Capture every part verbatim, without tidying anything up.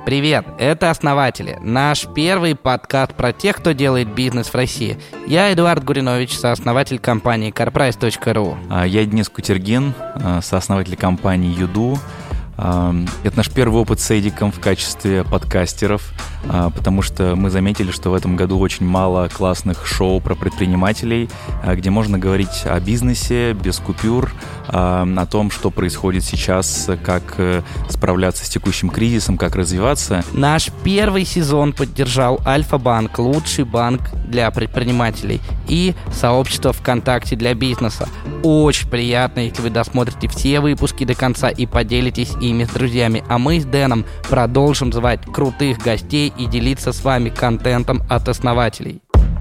Привет, это «Основатели», наш первый подкаст про тех, кто делает бизнес в России. Я Эдуард Гуринович, сооснователь компании карпрайс точка ру. Я Денис Кутергин, сооснователь компании Юду. Это наш первый опыт с Эдиком в качестве подкастеров, потому что мы заметили, что в этом году очень мало классных шоу про предпринимателей, где можно говорить о бизнесе без купюр, о том, что происходит сейчас, как справляться с текущим кризисом, как развиваться. Наш первый сезон поддержал Альфа-банк, лучший банк для предпринимателей, и сообщество ВКонтакте для бизнеса. Очень приятно, если вы досмотрите все выпуски до конца и поделитесь ими с друзьями. А мы с Дэном продолжим звать крутых гостей и делиться с вами контентом от основателей.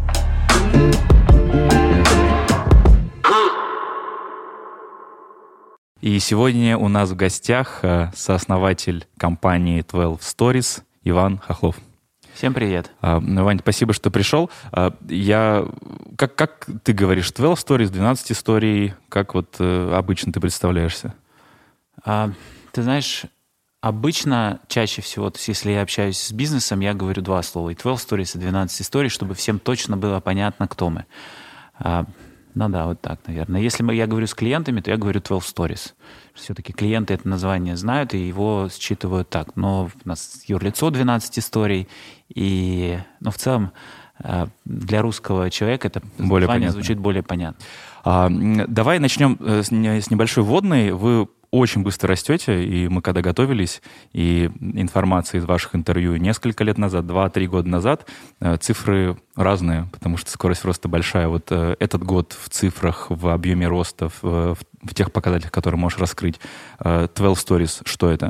И сегодня у нас в гостях сооснователь компании twelve stories Иван Хохлов. Всем привет. Вань, спасибо, что пришел. Я... Как, как ты говоришь, twelve stories, двенадцать историй, как вот обычно ты представляешься? А, ты знаешь, обычно, чаще всего, то есть если я общаюсь с бизнесом, я говорю два слова. И twelve stories, и двенадцать историй, чтобы всем точно было понятно, кто мы. А, ну да, вот так, наверное. Если я говорю с клиентами, то я говорю twelve stories. Все-таки клиенты это название знают и его считывают так. Но у нас юрлицо двенадцать историй. И, ну, в целом, для русского человека это более название звучит более понятно. А, давай начнем с небольшой вводной. Вы очень быстро растете, и мы когда готовились, и информация из ваших интервью несколько лет назад, два-три года назад, цифры разные, потому что скорость роста большая. Вот этот год в цифрах, в объеме роста, в, в тех показателях, которые можешь раскрыть. twelve stories, что это?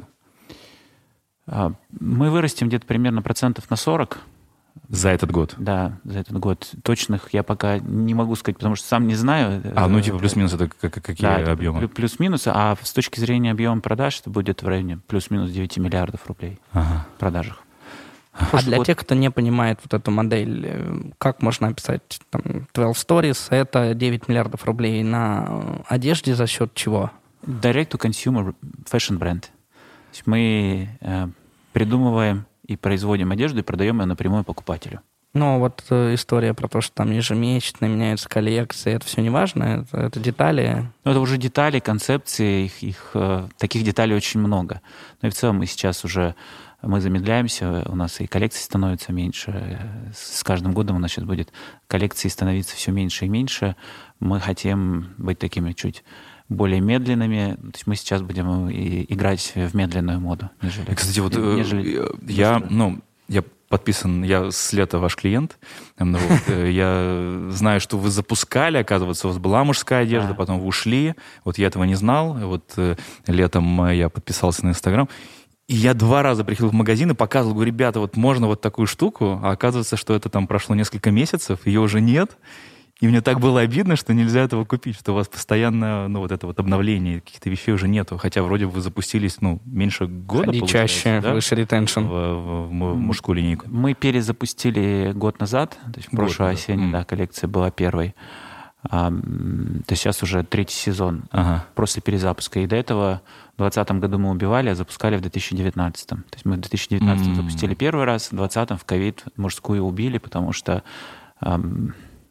Мы вырастем где-то примерно процентов на сорок. За этот год? Да, за этот год. Точных я пока не могу сказать, потому что сам не знаю. А, ну типа плюс-минус это какие да, объемы? Плюс-минус, а с точки зрения объема продаж это будет в районе плюс-минус девять миллиардов рублей ага. в продажах. А для год... тех, кто не понимает вот эту модель, как можно описать там, twelve stories, это девять миллиардов рублей на одежде за счет чего? Direct to consumer fashion brand. То есть мы э, придумываем и производим одежду и продаем ее напрямую покупателю. Ну, вот э, история про то, что там ежемесячно меняются коллекции, это все не важно, это, это детали. Ну, это уже детали, концепции, их, их, э, таких деталей очень много. Ну и в целом мы сейчас уже мы замедляемся, у нас и коллекций становится меньше. С каждым годом у нас сейчас будет коллекций становиться все меньше и меньше. Мы хотим быть такими чуть более медленными. То есть мы сейчас будем играть в медленную моду. Нежели, Кстати, вот нежели я, ну, я подписан, я с лета ваш клиент. Ну, вот, я знаю, что вы запускали, оказывается, у вас была мужская одежда, да. Потом вы ушли. Вот я этого не знал. Вот летом я подписался на Инстаграм. И я два раза приходил в магазин и показывал, говорю, ребята, вот можно вот такую штуку, а оказывается, что это там прошло несколько месяцев, ее уже нет. И мне так было обидно, что нельзя этого купить, что у вас постоянно, ну, вот это вот обновление, каких-то вещей уже нету. Хотя вроде вы запустились, ну, меньше года, Ходи чаще, да? Выше ретеншн. В, в, в мужскую линейку. Мы перезапустили год назад, то есть прошлой осенью, да, коллекция была первой. А, то есть сейчас уже третий сезон ага. после перезапуска. И до этого в двадцатом году мы убивали, а запускали в две тысячи девятнадцатом. То есть мы в две тысячи девятнадцатом mm. запустили первый раз, в двадцатом в ковид мужскую убили, потому что эм,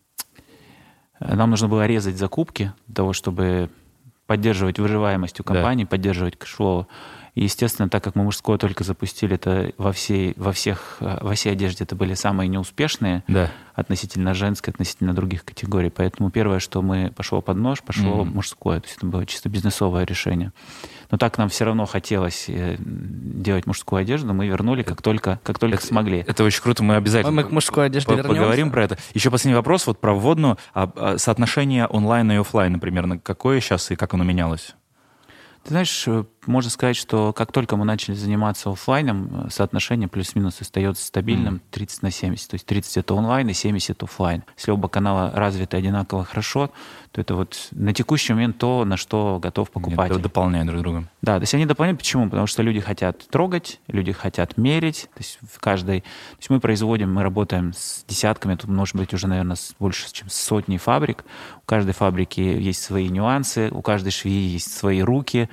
нам нужно было резать закупки для того, чтобы поддерживать выживаемость у компании, да. поддерживать кэшфлоу. И, естественно, так как мы мужское только запустили, это во всей, во всех, во всей одежде это были самые неуспешные да. относительно женской, относительно других категорий. Поэтому первое, что мы пошло под нож, пошло mm-hmm. мужское. То есть это было чисто бизнесовое решение. Но так нам все равно хотелось делать мужскую одежду, мы вернули как только, как только это, смогли. Это очень круто, мы обязательно мы к мужской одежде по- вернемся. Поговорим про это. Еще последний вопрос вот про вводную. А, а, соотношение онлайн и офлайн, например, какое сейчас и как оно менялось? Ты знаешь, можно сказать, что как только мы начали заниматься офлайном, соотношение плюс-минус остается стабильным тридцать на семьдесят. То есть тридцать это онлайн и семьдесят офлайн. Если оба канала развиты одинаково хорошо, то это вот на текущий момент то, на что готов покупатель. Нет, дополняют друг друга. Да, то есть они дополняют. Почему? Потому что люди хотят трогать, люди хотят мерить. То есть в каждой... То есть мы производим, мы работаем с десятками, тут может быть уже, наверное, больше, чем сотни фабрик. У каждой фабрики есть свои нюансы, у каждой швеи есть свои руки.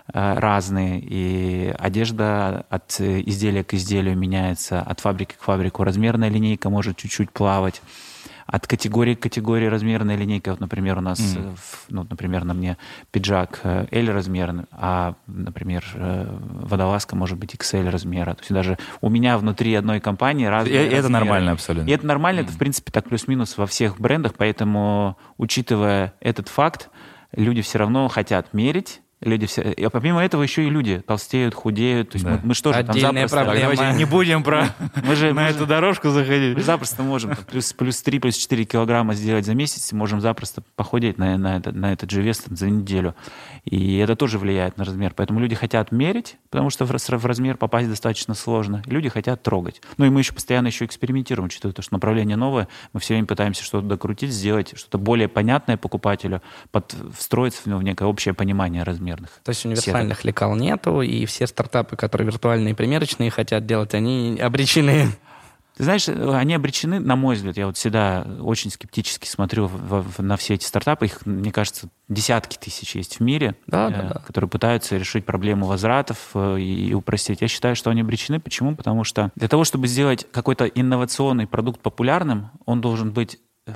разные, и одежда от изделия к изделию меняется, от фабрики к фабрику. Размерная линейка может чуть-чуть плавать. От категории к категории размерная линейка. Вот, например, у нас, mm. ну, например, на мне пиджак L размерный, а, например, водолазка может быть икс эль размера. То есть даже у меня внутри одной компании разные Это размеры. нормально абсолютно. И это нормально, mm. это, в принципе, так плюс-минус во всех брендах, поэтому, учитывая этот факт, люди все равно хотят мерить. Люди все... И помимо этого еще и люди толстеют, худеют. То есть да. мы, мы что же там запросто... Давайте не будем про мы же, на мы эту же... дорожку заходить. Мы запросто можем там, плюс, плюс три, плюс четыре килограмма сделать за месяц, можем запросто похудеть на, на, это, на этот же вес там, за неделю. И это тоже влияет на размер. Поэтому люди хотят мерить, потому что в, в размер попасть достаточно сложно. Люди хотят трогать. Ну и мы еще постоянно еще экспериментируем, учитывая то, что направление новое. Мы все время пытаемся что-то докрутить, сделать что-то более понятное покупателю, под, встроиться в некое общее понимание размерных. То есть универсальных лекал нету, и все стартапы, которые виртуальные и примерочные хотят делать, они обречены. Ты знаешь, они обречены, на мой взгляд, я вот всегда очень скептически смотрю в, в, на все эти стартапы, их, мне кажется, десятки тысяч есть в мире, да, э, да, да. которые пытаются решить проблему возвратов э, и, и упростить. Я считаю, что они обречены. Почему? Потому что для того, чтобы сделать какой-то инновационный продукт популярным, он должен быть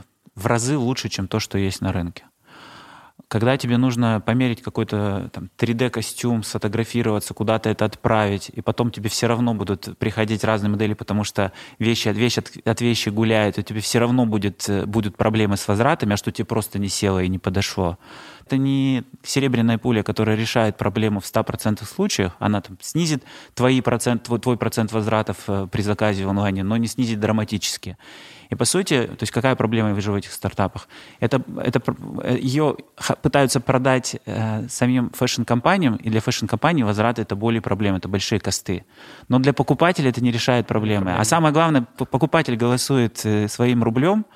в разы лучше, чем то, что есть на рынке. Когда тебе нужно померить какой-то там, три дэ-костюм, сфотографироваться, куда-то это отправить, и потом тебе все равно будут приходить разные модели, потому что вещи от, вещи от, от вещи гуляют, и тебе все равно будет, будут проблемы с возвратами, а что тебе просто не село и не подошло. Это не серебряная пуля, которая решает проблему в ста процентах случаях. Она там, снизит твои процент, твой, твой процент возвратов при заказе в онлайне, но не снизит драматически. И по сути, то есть какая проблема я вижу в этих стартапах? Это, это ее пытаются продать э, самим фэшн-компаниям, и для фэшн-компаний возврат — это более проблема, это большие косты. Но для покупателя это не решает проблемы. Проблема. А самое главное, покупатель голосует э, своим рублем,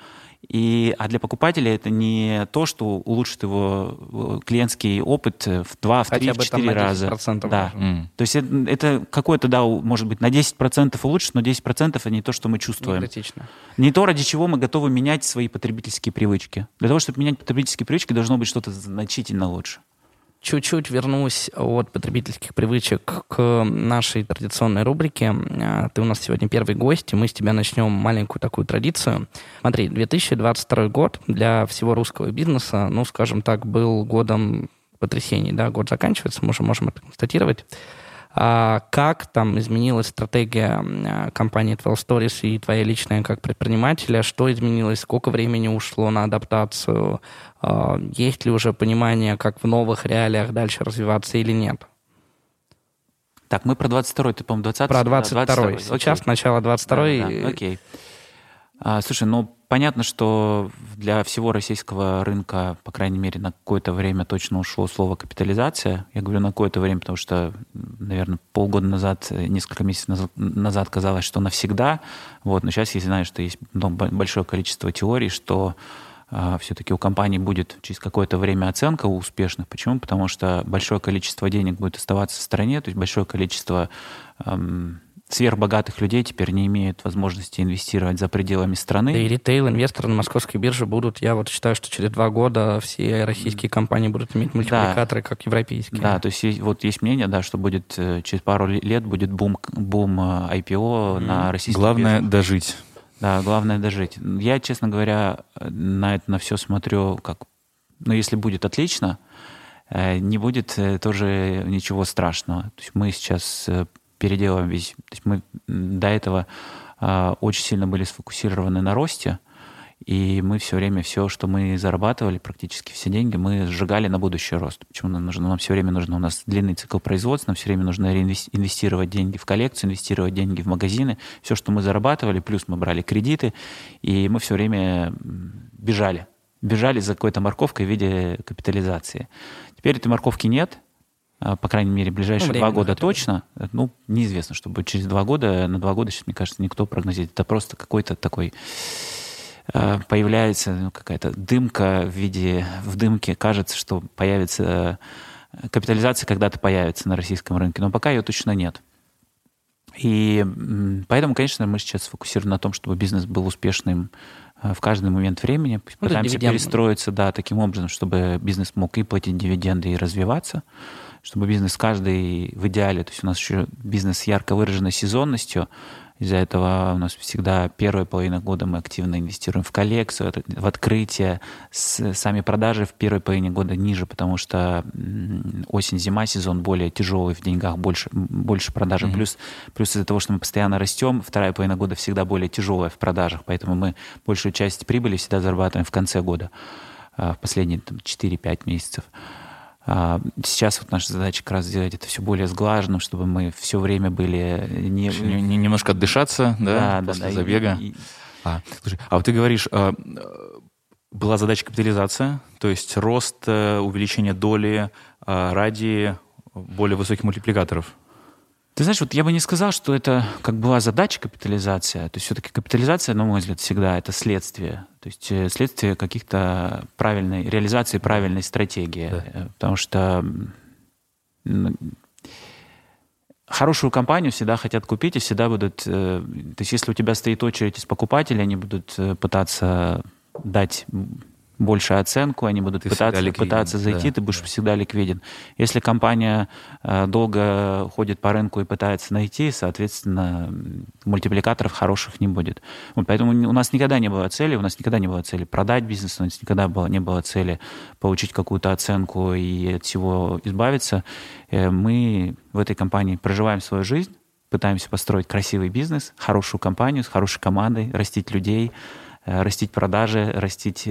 и, а для покупателя это не то, что улучшит его клиентский опыт в два, в три, в четыре раза. Да. Mm. То есть это, это какое-то, да, может быть, на десять процентов улучшит, но десять процентов это не то, что мы чувствуем. Не критично. Не то, ради чего мы готовы менять свои потребительские привычки. Для того, чтобы менять потребительские привычки, должно быть что-то значительно лучше. Чуть-чуть вернусь от потребительских привычек к нашей традиционной рубрике. Ты у нас сегодня первый гость, и мы с тебя начнем маленькую такую традицию. Смотри, две тысячи двадцать второй год для всего русского бизнеса, ну, скажем так, был годом потрясений. Да? Год заканчивается, мы уже можем это констатировать. А как там изменилась стратегия компании твелв сторис и твоя личная как предпринимателя? Что изменилось? Сколько времени ушло на адаптацию? Есть ли уже понимание, как в новых реалиях дальше развиваться или нет? Так, мы про двадцать второй, ты, по-моему, двадцатый? Про двадцать второй. Сейчас, начало двадцать второй. Да, да, окей. А, слушай, ну, понятно, что для всего российского рынка, по крайней мере, на какое-то время точно ушло слово «капитализация». Я говорю на какое-то время, потому что, наверное, полгода назад, несколько месяцев назад казалось, что навсегда. Вот, но сейчас я знаю, что есть ну, большое количество теорий, что э, все-таки у компаний будет через какое-то время оценка у успешных. Почему? Потому что большое количество денег будет оставаться в стране, то есть большое количество... Эм, сверхбогатых людей теперь не имеют возможности инвестировать за пределами страны. Да и ритейл-инвесторы на московской бирже будут, я вот считаю, что через два года все российские компании будут иметь мультипликаторы, да, как европейские. Да, то есть, есть вот есть мнение, да, что будет через пару лет будет бум, бум ай пи о mm. на российской Главное бирже. Дожить. Да, главное дожить. Я, честно говоря, на это на все смотрю как, ну, если будет отлично, не будет тоже ничего страшного. То есть мы сейчас переделаем весь. То есть мы до этого э, очень сильно были сфокусированы на росте, и мы все время все, что мы зарабатывали, практически все деньги, мы сжигали на будущий рост. Почему нам нужно? Нам все время нужно, у нас длинный цикл производства, нам все время нужно инвестировать деньги в коллекцию, инвестировать деньги в магазины. Все, что мы зарабатывали, плюс мы брали кредиты, и мы все время бежали. Бежали за какой-то морковкой в виде капитализации. Теперь этой морковки нет. По крайней мере, в ближайшие ну, два года точно. Ну, неизвестно, что будет через два года. На два года сейчас, мне кажется, никто прогнозирует. Это просто какой-то такой... Появляется ну, какая-то дымка в виде... В дымке кажется, что появится... Капитализация когда-то появится на российском рынке, но пока ее точно нет. И поэтому, конечно, мы сейчас сфокусированы на том, чтобы бизнес был успешным в каждый момент времени. Пытаемся перестроиться, да, таким образом, чтобы бизнес мог и платить дивиденды, и развиваться. чтобы бизнес каждый в идеале, то есть у нас еще бизнес с ярко выраженной сезонностью, из-за этого у нас всегда первая половина года мы активно инвестируем в коллекцию, в открытие. Сами продажи в первой половине года ниже, потому что осень-зима сезон более тяжелый в деньгах, больше, больше продажи. Mm-hmm. Плюс, плюс из-за того, что мы постоянно растем, вторая половина года всегда более тяжелая в продажах, поэтому мы большую часть прибыли всегда зарабатываем в конце года, в последние там, четыре-пять месяцев. Сейчас вот наша задача как раз сделать это все более сглаженным, чтобы мы все время были... Не... Немножко отдышаться, да, да после да, забега. И, и... А, слушай, а вот ты говоришь, была задача капитализация, то есть рост, увеличение доли ради более высоких мультипликаторов. Ты знаешь, вот я бы не сказал, что это как была задача капитализация. То есть все-таки капитализация, на мой взгляд, всегда это следствие. То есть следствие каких-то правильной, реализации правильной стратегии. Да. Потому что хорошую компанию всегда хотят купить и всегда будут... То есть если у тебя стоит очередь из покупателей, они будут пытаться дать... большую оценку, они будут пытаться, пытаться зайти, да, ты будешь да. всегда ликвиден. Если компания э, долго ходит по рынку и пытается найти, соответственно, мультипликаторов хороших не будет. Вот, поэтому у нас никогда не было цели, у нас никогда не было цели продать бизнес, у нас никогда было, не было цели получить какую-то оценку и от всего избавиться. Э, мы в этой компании проживаем свою жизнь, пытаемся построить красивый бизнес, хорошую компанию с хорошей командой, растить людей, растить продажи, растить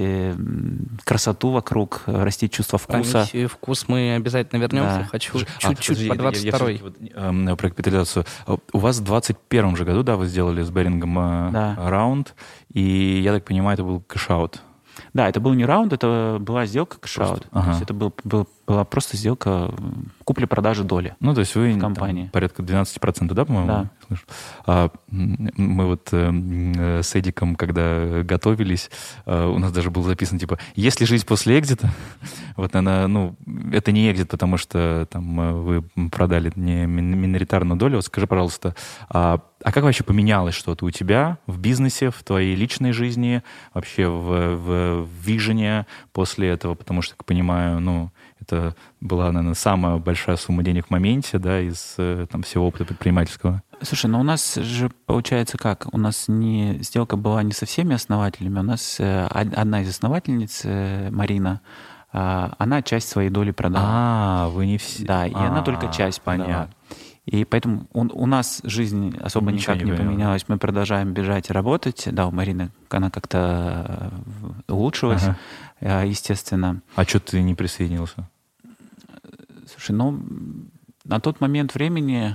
красоту вокруг, растить чувство вкуса. Память и вкус мы обязательно вернемся. Да. Хочу а, чуть-чуть а, по двадцать второй. Я, я, я, я, про капитализацию. У вас в двадцать первом же году, да, вы сделали с Берингом да. раунд, и, я так понимаю, это был кэш-аут. Да, это был не раунд, это была сделка кэш-аут. Ага. То есть это был, был, была просто сделка купли-продажи доли. Ну, то есть вы в компании. Там, порядка двенадцать процентов, да, по-моему? Да. А, мы вот э, с Эдиком, когда готовились, э, у нас даже было записано, типа, если жить после экзита, вот она, ну, это не экзит, потому что там вы продали не миноритарную долю. Вот скажи, пожалуйста, а, а как вообще поменялось что-то у тебя в бизнесе, в твоей личной жизни, вообще в, в, в вижене после этого? Потому что, как понимаю, ну, это была, наверное, самая большая сумма денег в моменте, да, из там, всего опыта предпринимательского. Слушай, ну у нас же получается как? У нас не сделка была не со всеми основателями. У нас одна из основательниц, Марина, она часть своей доли продала. А, вы не все. Да, и а, она только часть понятно. И поэтому он, у нас жизнь особо Ничего никак не, не поменялась. Мы продолжаем бежать и работать. Да, у Марины она как-то улучшилась, ага. естественно. А что ты не присоединился? Слушай, ну, на тот момент времени...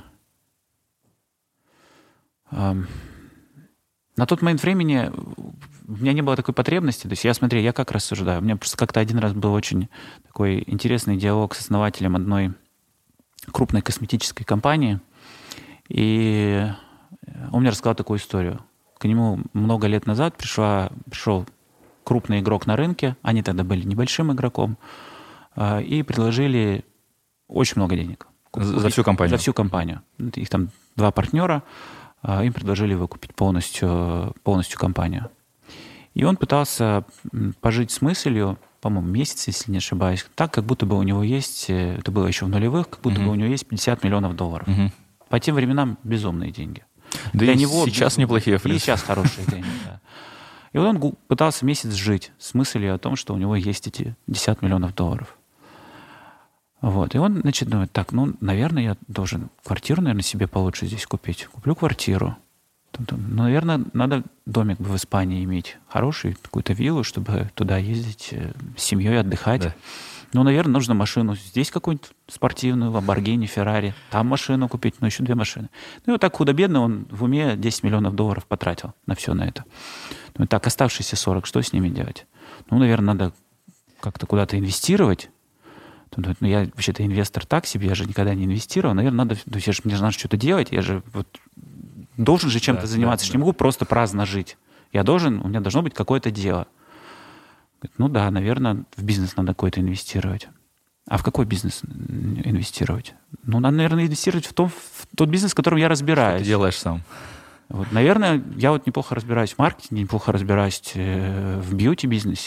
Э, на тот момент времени у меня не было такой потребности. То есть я, смотри, я как рассуждаю. У меня просто как-то один раз был очень такой интересный диалог с основателем одной крупной косметической компании. И он мне рассказал такую историю. К нему много лет назад пришла, пришел крупный игрок на рынке. Они тогда были небольшим игроком. Э, и предложили... очень много денег. За, за всю компанию? За всю компанию. Их там два партнера, им предложили выкупить полностью, полностью компанию. И он пытался пожить с мыслью, по-моему, месяц, если не ошибаюсь, так, как будто бы у него есть, это было еще в нулевых, как будто uh-huh. бы у него есть пятьдесят миллионов долларов. Uh-huh. По тем временам безумные деньги. Да Для и него сейчас без... неплохие, в принципе. И сейчас хорошие деньги, да. И вот он пытался месяц жить с мыслью о том, что у него есть эти пятьдесят миллионов долларов. Вот. И он, значит, думает, так, ну, наверное, я должен квартиру, наверное, себе получше здесь купить. Куплю квартиру. Ну, наверное, надо домик в Испании иметь хороший, какую-то виллу, чтобы туда ездить с семьей отдыхать. Да. Ну, наверное, нужно машину здесь какую-нибудь спортивную, Lamborghini, Ferrari. Там машину купить, ну, еще две машины. Ну, и вот так худо-бедно он в уме десять миллионов долларов потратил на все на это. Ну, и так, оставшиеся сорок, что с ними делать? Ну, наверное, надо как-то куда-то инвестировать. Ну, я вообще-то инвестор так себе, я же никогда не инвестировал. Наверное, надо, ну, я же, мне же надо что-то делать, я же вот, должен же чем-то да, заниматься, да, я да. не могу просто праздно жить. Я должен, у меня должно быть какое-то дело. Говорит, ну да, наверное, в бизнес надо какой-то инвестировать. А в какой бизнес инвестировать? Ну, надо, наверное, инвестировать в, том, в тот бизнес, в котором я разбираюсь. Что ты делаешь сам? Вот, наверное, я вот неплохо разбираюсь в маркетинге, неплохо разбираюсь в бьюти-бизнесе.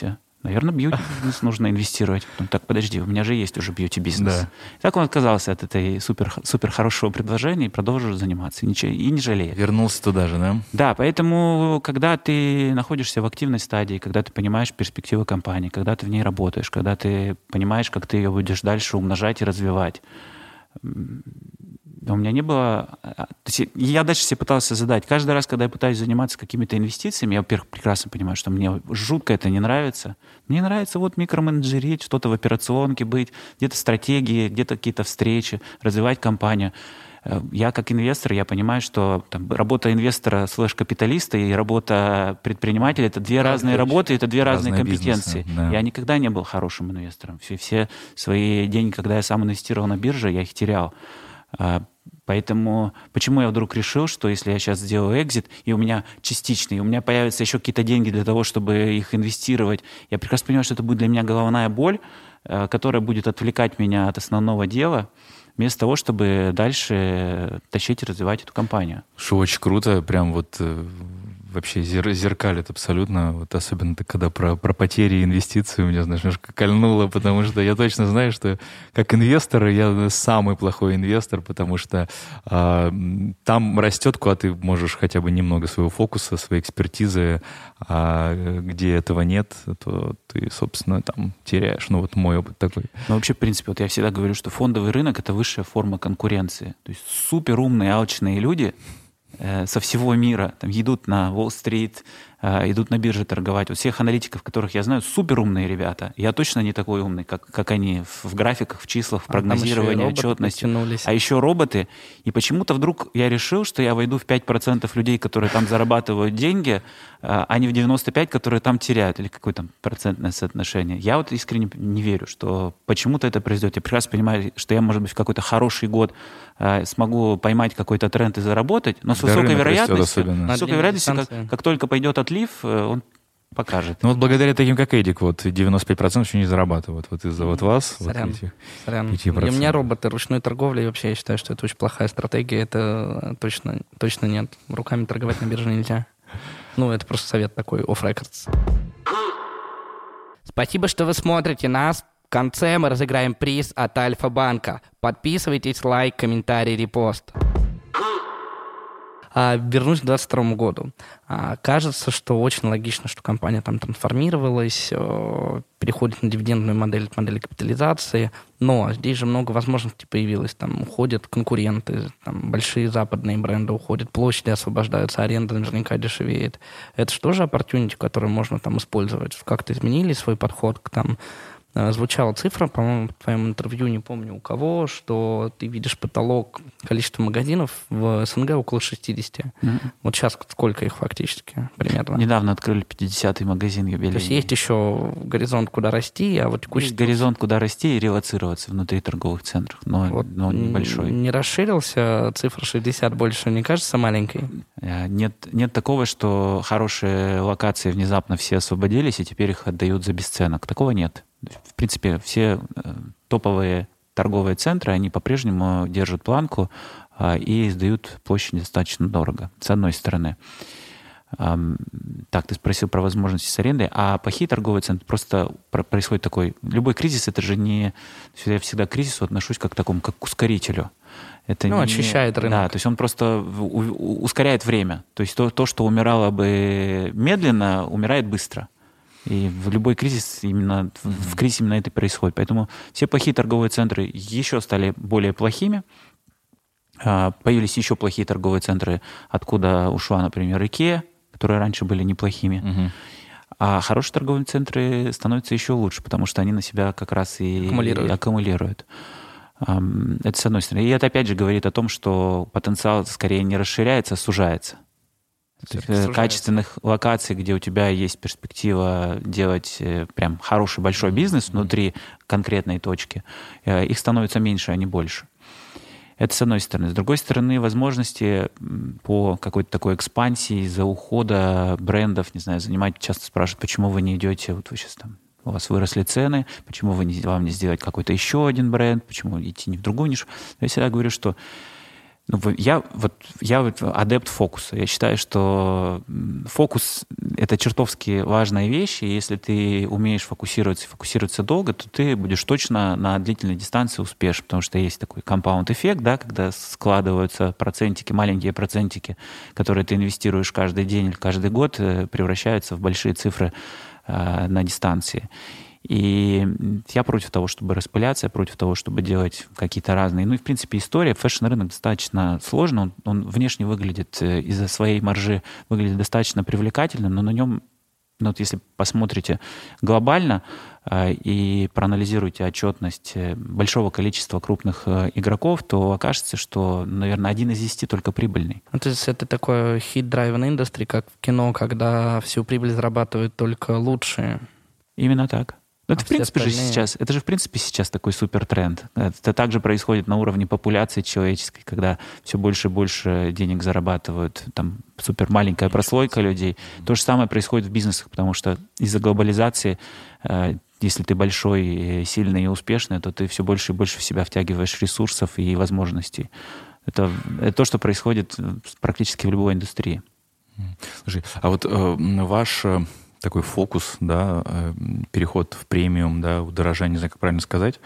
наверное, бьюти-бизнес нужно инвестировать. Потом, так, подожди, у меня же есть уже бьюти-бизнес. Да. Так он отказался от этой супер, супер хорошего предложения и продолжил заниматься. И, ничего, и не жалеет. Вернулся туда же, да? Да, поэтому, когда ты находишься в активной стадии, когда ты понимаешь перспективы компании, когда ты в ней работаешь, когда ты понимаешь, как ты ее будешь дальше умножать и развивать, у меня не было... Я дальше себе пытался задать. Каждый раз, когда я пытаюсь заниматься какими-то инвестициями, я, во-первых, прекрасно понимаю, что мне жутко это не нравится. Мне нравится вот микроменеджерить, что-то в операционке быть, где-то стратегии, где-то какие-то встречи, развивать компанию. Я как инвестор, я понимаю, что там, работа инвестора слэш-капиталиста и работа предпринимателя — это две разные работы, это две разные, разные компетенции. Бизнесы, да. Я никогда не был хорошим инвестором. Все, все свои деньги, когда я сам инвестировал на бирже, я их терял. Поэтому почему я вдруг решил, что если я сейчас сделаю экзит, и у меня частичный, и у меня появятся еще какие-то деньги для того, чтобы их инвестировать, я прекрасно понимаю, что это будет для меня головная боль, которая будет отвлекать меня от основного дела, вместо того, чтобы дальше тащить и развивать эту компанию. Что очень круто, прям вот вообще зер- зеркалит абсолютно, вот особенно ты, когда про, про потери инвестиций у меня, знаешь, немножко кольнуло, потому что я точно знаю, что как инвестор я самый плохой инвестор, потому что э, там растет, куда ты можешь хотя бы немного своего фокуса, своей экспертизы, а где этого нет, то ты, собственно, там теряешь. Ну вот мой опыт такой. Ну вообще, в принципе, вот я всегда говорю, что фондовый рынок — это высшая форма конкуренции. То есть суперумные, алчные люди со всего мира там, идут на Уолл-стрит, идут на бирже торговать. Вот всех аналитиков, которых я знаю, суперумные ребята. Я точно не такой умный, как, как они в графиках, в числах, в прогнозировании, а отчетности. А еще роботы. И почему-то вдруг я решил, что я войду в пять процентов людей, которые там зарабатывают деньги, а не в девяносто пять процентов, которые там теряют. Или какое там процентное соотношение. Я вот искренне не верю, что почему-то это произойдет. Я прекрасно понимаю, что я, может быть, в какой-то хороший год смогу поймать какой-то тренд и заработать, но с да, высокой вероятностью, с высокой вероятностью как, как только пойдет отлив, он покажет. Ну вот благодаря таким, как Эдик, вот девяносто пять процентов еще не зарабатывают. Вот из-за вот вас. Сорян. Вот этих Сорян. И у меня роботы ручной торговли, и вообще я считаю, что это очень плохая стратегия. Это точно, точно нет. Руками торговать на бирже нельзя. Ну, это просто совет такой, off-records. Спасибо, что вы смотрите нас. В конце мы разыграем приз от Альфа-банка. Подписывайтесь, лайк, комментарий, репост. А, вернусь к двадцать второму году. А, кажется, что очень логично, что компания там трансформировалась, э, переходит на дивидендную модель, модель капитализации, но здесь же много возможностей появилось. Там уходят конкуренты, там большие западные бренды уходят, площади освобождаются, аренда наверняка дешевеет. Это что же opportunity, которую можно там использовать? Как-то изменили свой подход к там... Звучала цифра, по-моему, в твоем интервью, не помню у кого, что ты видишь потолок количества магазинов в СНГ около шестьдесят. Mm-hmm. Вот сейчас сколько их фактически примерно? Недавно открыли пятидесятый магазин юбилейный. То есть есть еще горизонт, куда расти, а вот текущий... Есть горизонт, куда расти и релоцироваться внутри торговых центров, но, вот но небольшой. Не расширился? Цифра шестьдесят больше не кажется маленькой? Нет, нет такого, что хорошие локации внезапно все освободились, и теперь их отдают за бесценок. Такого нет. В принципе, все топовые торговые центры, они по-прежнему держат планку а, и сдают площадь достаточно дорого, с одной стороны. А, так, ты спросил про возможности с арендой, а плохие торговые центры, просто происходит такой... Любой кризис, это же не... Я всегда к кризису отношусь как к такому, как к ускорителю. Это ну, не, очищает рынок. Да, то есть он просто ускоряет время. То есть то, то, что умирало бы медленно, умирает быстро. И в любой кризис именно, в кризисе именно это и происходит. Поэтому все плохие торговые центры еще стали более плохими. Появились еще плохие торговые центры, откуда ушла, например, Икеа, которые раньше были неплохими. Угу. А хорошие торговые центры становятся еще лучше, потому что они на себя как раз и аккумулируют. И аккумулируют. Это с одной стороны. И это опять же говорит о том, что потенциал скорее не расширяется, а сужается. Качественных локаций, где у тебя есть перспектива делать прям хороший большой бизнес внутри конкретной точки, их становится меньше, а не больше. Это с одной стороны. С другой стороны, возможности по какой-то такой экспансии из-за ухода брендов, не знаю, занимать, часто спрашивают, почему вы не идете, вот вы сейчас там, у вас выросли цены, почему вы не, вам не сделать какой-то еще один бренд, почему идти не в другую нишу. Я всегда говорю, что Я вот я вот адепт фокуса. Я считаю, что фокус — это чертовски важная вещь, и если ты умеешь фокусироваться и фокусироваться долго, то ты будешь точно на длительной дистанции успешен, потому что есть такой компаунд-эффект, да, когда складываются процентики, маленькие процентики, которые ты инвестируешь каждый день или каждый год, превращаются в большие цифры э, на дистанции. И я против того, чтобы распыляться, я против того, чтобы делать какие-то разные. Ну и, в принципе, история. Фэшн-рынок достаточно сложный. Он, он внешне выглядит из-за своей маржи выглядит достаточно привлекательным, но на нем, ну, вот если посмотрите глобально э, и проанализируете отчетность большого количества крупных э, игроков, то окажется, что, наверное, один из десяти только прибыльный. Ну, то есть это такое hit-driven industry, как в кино, когда всю прибыль зарабатывают только лучшие. Именно так. А это, в принципе, остальные... же сейчас, это же, в принципе, сейчас такой супертренд. Это также происходит на уровне популяции человеческой, когда все больше и больше денег зарабатывают, там супер маленькая прослойка людей. То же самое происходит в бизнесах, потому что из-за глобализации, если ты большой, сильный и успешный, то ты все больше и больше в себя втягиваешь ресурсов и возможностей. Это, это то, что происходит практически в любой индустрии. Слушай, а вот э, ваш... такой фокус, да, переход в премиум, да, удорожание, не знаю, как правильно сказать,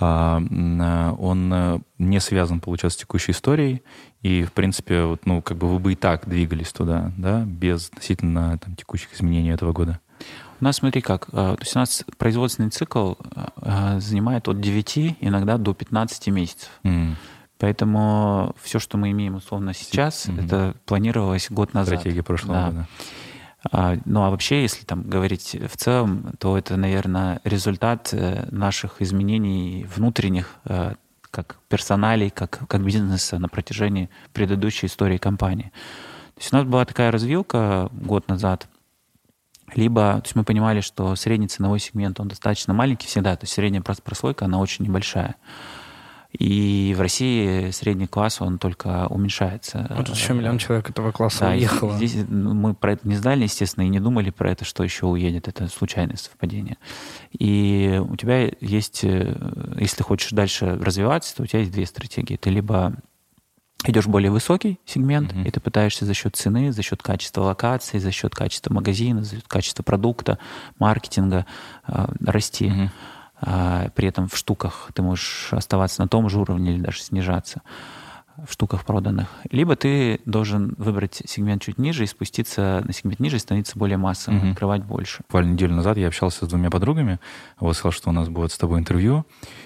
он не связан, получается, с текущей историей, и, в принципе, вот, ну, как бы вы бы и так двигались туда, да, без относительно там, текущих изменений этого года. У нас, смотри как, то есть у нас производственный цикл занимает от девяти, иногда до пятнадцати месяцев. Mm. Поэтому все, что мы имеем условно сейчас, mm-hmm. это планировалось год назад. Стратегия прошлого да. года. А, ну а вообще, если там говорить в целом, то это, наверное, результат наших изменений внутренних, как персоналей, как, как бизнеса на протяжении предыдущей истории компании. То есть у нас была такая развилка год назад. Либо, то есть мы понимали, что средний ценовой сегмент, он достаточно маленький всегда, то есть средняя прослойка, она очень небольшая. И в России средний класс, он только уменьшается. Вот еще миллион человек этого класса да, уехало. Здесь мы про это не знали, естественно, и не думали про это, что еще уедет. Это случайное совпадение. И у тебя есть, если ты хочешь дальше развиваться, то у тебя есть две стратегии. Ты либо идешь в более высокий сегмент, mm-hmm. и ты пытаешься за счет цены, за счет качества локации, за счет качества магазина, за счет качества продукта, маркетинга э, расти. Mm-hmm. При этом в штуках ты можешь оставаться на том же уровне или даже снижаться в штуках проданных. Либо ты должен выбрать сегмент чуть ниже и спуститься на сегмент ниже и становиться более массовым, mm-hmm. открывать больше. Буквально неделю назад я общался с двумя подругами, вот сказал, что у нас будет с тобой интервью,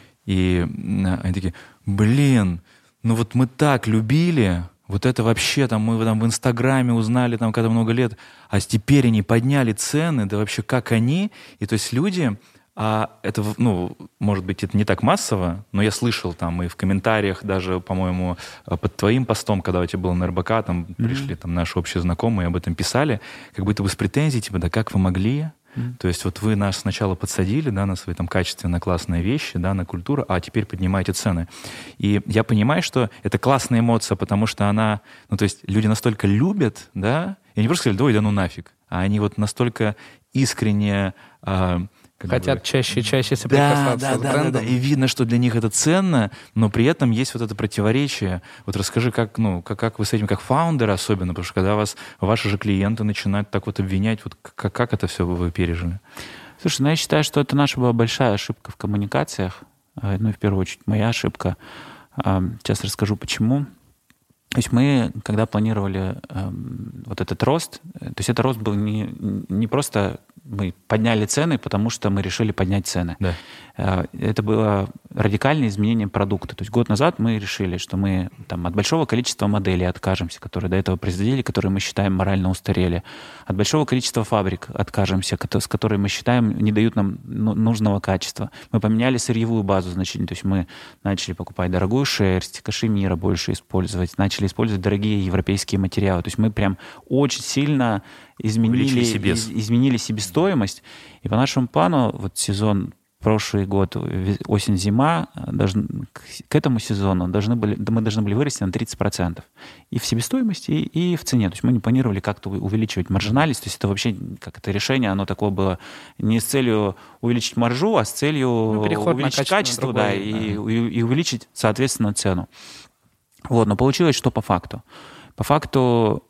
и они такие, блин, ну вот мы так любили, вот это вообще, там, мы там в Инстаграме узнали, там, когда много лет, а теперь они подняли цены, да вообще как они, и то есть люди... А это, ну, может быть, это не так массово, но я слышал там и в комментариях даже, по-моему, под твоим постом, когда у тебя был на эр бэ ка, там mm-hmm. пришли там наши общие знакомые, об этом писали, как будто бы с претензией, типа, да как вы могли? Mm-hmm. То есть вот вы нас сначала подсадили, да, на свои там качественно классные вещи, да, на культуру, а теперь поднимаете цены. И я понимаю, что это классная эмоция, потому что она, ну, то есть люди настолько любят, да, и они просто сказали, ой, да ну нафиг, а они вот настолько искренне... А, хотят бы, чаще и чаще соприкасаться да, да, с да, брендом. Да, да, и видно, что для них это ценно, но при этом есть вот это противоречие. Вот расскажи, как, ну, как, как вы с этим, как фаундер особенно, потому что когда вас, ваши же клиенты начинают так вот обвинять, вот как, как это все вы пережили? Слушай, ну я считаю, что это наша была большая ошибка в коммуникациях. Ну и в первую очередь моя ошибка. Сейчас расскажу, почему. То есть мы, когда планировали вот этот рост, то есть этот рост был не, не просто мы подняли цены, потому что мы решили поднять цены. Да. Это было радикальное изменение продукта. То есть год назад мы решили, что мы там, от большого количества моделей откажемся, которые до этого производили, которые мы считаем морально устарели. От большого количества фабрик откажемся, с которыми мы считаем не дают нам нужного качества. Мы поменяли сырьевую базу значительно. То есть мы начали покупать дорогую шерсть, кашемира больше использовать, начали использовать дорогие европейские материалы. То есть мы прям очень сильно изменили, из, изменили себестоимость. И по нашему плану вот сезон прошлый год, осень-зима, должен, к этому сезону должны были, мы должны были вырасти на тридцать процентов. И в себестоимости, и, и в цене. То есть мы не планировали как-то увеличивать маржинальность. То есть это вообще как это решение, оно такое было не с целью увеличить маржу, а с целью ну, увеличить качество, да, и, и, и увеличить, соответственно, цену. Вот, но получилось, что по факту. По факту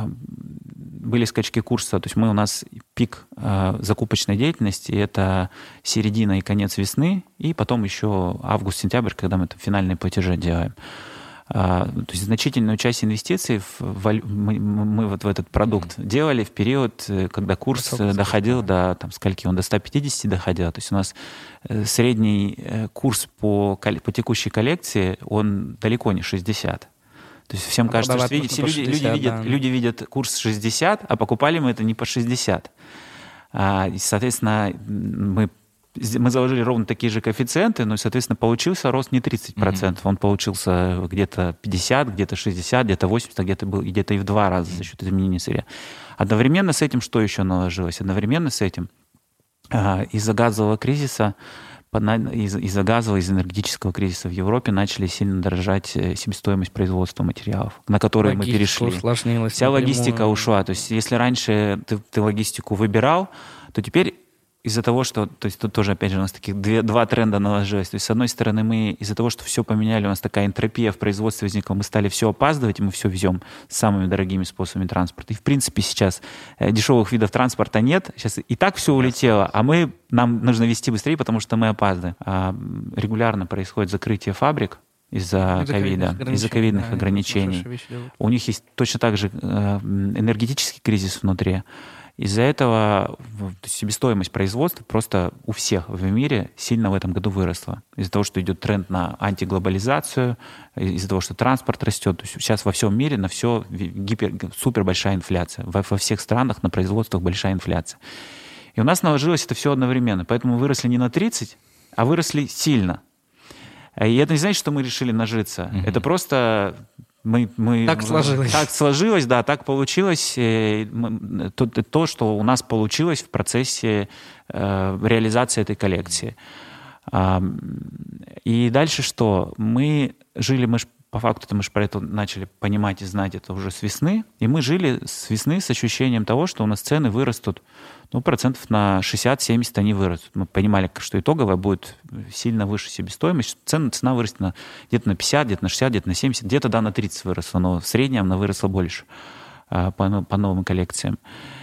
были скачки курса, то есть мы, у нас пик э, закупочной деятельности — это середина и конец весны, и потом еще август-сентябрь, когда мы там финальные платежи делаем. А, то есть значительную часть инвестиций в, в, мы, мы вот в этот продукт mm-hmm. делали в период, когда курс Высокий доходил сколько? до там, скольки он, до ста пятидесяти доходил. То есть у нас средний курс по, по текущей коллекции, он далеко не шестьдесят. То есть всем а кажется, что видите, все люди, шестьдесят, люди, видят, да. люди видят курс шестьдесят, а покупали мы это не по шестьдесят. А, и, соответственно, мы, мы заложили ровно такие же коэффициенты, но, соответственно, получился рост не тридцать процентов. Mm-hmm. Он получился где-то пятьдесят, где-то шестьдесят, где-то восемьдесят, где-то, был, где-то и в два раза за счет изменения сырья. Одновременно с этим что еще наложилось? Одновременно с этим а, из-за газового кризиса из-за газового, из энергетического кризиса в Европе начали сильно дорожать себестоимость производства материалов, на которые мы перешли. Вся логистика ушла. То есть если раньше ты, ты логистику выбирал, то теперь из-за того, что... То есть тут тоже, опять же, у нас таких две, два тренда наложилось. То есть, с одной стороны, мы из-за того, что все поменяли, у нас такая энтропия в производстве возникла, мы стали все опаздывать, и мы все везем самыми дорогими способами транспорта. И, в принципе, сейчас дешевых видов транспорта нет. Сейчас и так все улетело, а мы, нам нужно везти быстрее, потому что мы опаздываем. А регулярно происходит закрытие фабрик из-за ковида, из-за ковидных да, ограничений. У них есть точно так же энергетический кризис внутри. Из-за этого себестоимость производства просто у всех в мире сильно в этом году выросла. Из-за того, что идет тренд на антиглобализацию, из-за того, что транспорт растет. То есть сейчас во всем мире на все гипер, супер большая инфляция. Во, во всех странах на производствах большая инфляция. И у нас наложилось это все одновременно. Поэтому выросли не на тридцать, а выросли сильно. И это не значит, что мы решили нажиться. Mm-hmm. Это просто... Мы, мы, так сложилось. Так сложилось, да, так получилось. То, то что у нас получилось в процессе э, реализации этой коллекции. А, и дальше что? Мы жили, мы ж, по факту мы же про это начали понимать и знать это уже с весны, и мы жили с весны с ощущением того, что у нас цены вырастут, ну, процентов на шестьдесят-семьдесят они вырастут. Мы понимали, что итоговая будет сильно выше себестоимость. Цена, цена вырастет на, где-то на пятьдесят, где-то на шестьдесят, где-то на семьдесят, где-то, да, на тридцать выросла, но в среднем она выросла больше по, по новым коллекциям.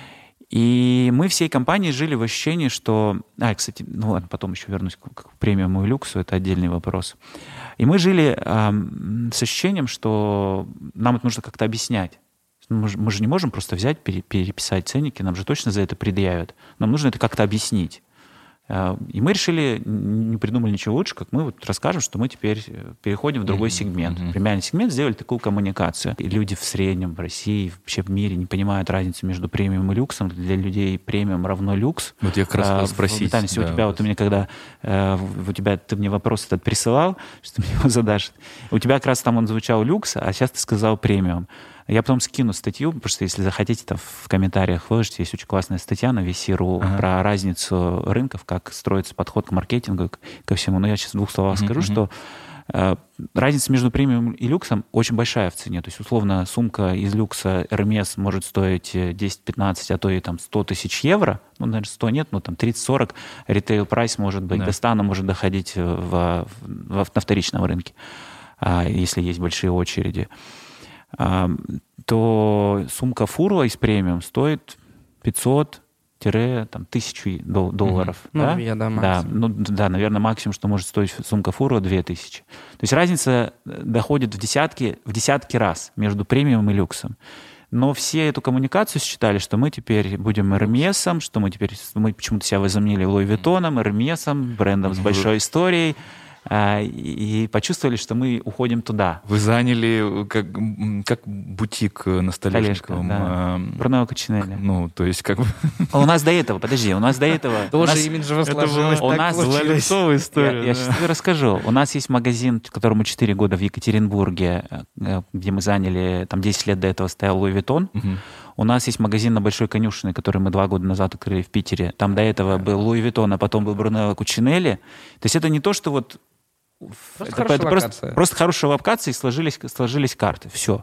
И мы всей компанией жили в ощущении, что... А, кстати, ну ладно, потом еще вернусь к, к премиуму и люксу, это отдельный вопрос. И мы жили э, с ощущением, что нам это нужно как-то объяснять. Мы же, мы же не можем просто взять, пере, переписать ценники, нам же точно за это предъявят. Нам нужно это как-то объяснить. И мы решили, не придумали ничего лучше, как мы вот расскажем, что мы теперь переходим в другой mm-hmm. сегмент. Mm-hmm. Премиальный сегмент, сделали такую коммуникацию. И люди в среднем, в России, вообще в мире не понимают разницу между премиум и люксом. Для людей премиум равно люкс. Вот я как раз хотел спросить. Виталий, да, у тебя, вот. вот у меня когда, у тебя, ты мне вопрос этот присылал, что ты мне его задашь. У тебя как раз там он звучал люкс, а сейчас ты сказал премиум. Я потом скину статью, потому что если захотите, там в комментариях выложите, есть очень классная статья на ви си точка ру ага. про разницу рынков, как строится подход к маркетингу, ко всему. Но я сейчас в двух словах mm-hmm. скажу, что э, разница между премиум и люксом очень большая в цене. То есть, условно, сумка из люкса Hermes может стоить десять-пятнадцать, а то и там сто тысяч евро. Ну, наверное, сто нет, но там тридцать-сорок. Ритейл-прайс может быть, да. до ста может доходить в, в, в, на вторичном рынке, а, если есть большие очереди. То сумка Фурла из премиум стоит пятьсот-тысячу долларов. Mm-hmm. Да? Ну, я, да, да, ну, да, наверное, максимум, что может стоить сумка Фурла, две тысячи. То есть разница доходит в десятки, в десятки раз между премиум и люксом. Но все эту коммуникацию считали, что мы теперь будем Hermes'ом, что мы теперь мы почему-то себя возомнили Луи Виттоном, Hermes'ом, брендом с большой историей. И почувствовали, что мы уходим туда. Вы заняли как, как бутик на Столешниковом. Да. Брунелло Кучинелли. Ну, то есть как бы... А у нас до этого, подожди, у нас до этого... Тоже имиджево сложилось. У нас лицовая история. Я сейчас тебе расскажу. У нас есть магазин, которому четыре года в Екатеринбурге, где мы заняли, там десять лет до этого стоял Луи Виттон. У нас есть магазин на Большой Конюшиной, который мы два года назад открыли в Питере. Там до этого был Луи Виттон, а потом был Брунелло Кучинелли. То есть это не то, что вот... Просто, это, это просто, просто хорошая локация, и сложились, сложились карты. Все.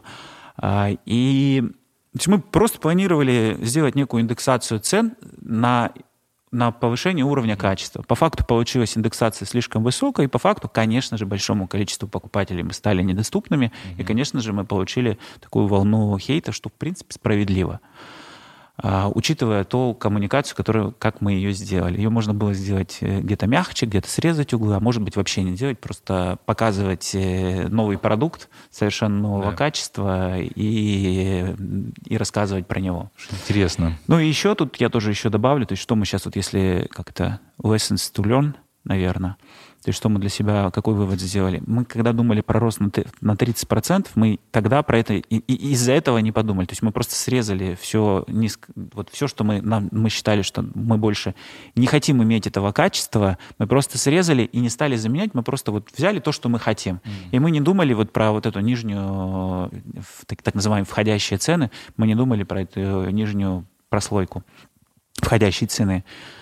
И то есть мы просто планировали сделать некую индексацию цен на на повышение уровня качества. По факту получилась индексация слишком высокая, и по факту, конечно же, большому количеству покупателей мы стали недоступными, mm-hmm. и, конечно же, мы получили такую волну хейта, что, в принципе, справедливо. А, учитывая ту коммуникацию, которую, как мы ее сделали. Ее можно было сделать где-то мягче, где-то срезать углы, а может быть вообще не делать, просто показывать новый продукт совершенно нового да. качества и, и рассказывать про него. Интересно. Ну и еще тут я тоже еще добавлю, то есть что мы сейчас вот если как-то lessons to learn, наверное, то есть что мы для себя, какой вывод сделали? Мы когда думали про рост на тридцать процентов, мы тогда про это и, и из-за этого не подумали. То есть мы просто срезали все, низко, вот все, что мы, нам, мы считали, что мы больше не хотим иметь этого качества, мы просто срезали и не стали заменять, мы просто вот взяли то, что мы хотим. Mm-hmm. И мы не думали вот про вот эту нижнюю, так, так называемые входящие цены, мы не думали про эту нижнюю прослойку входящей цены.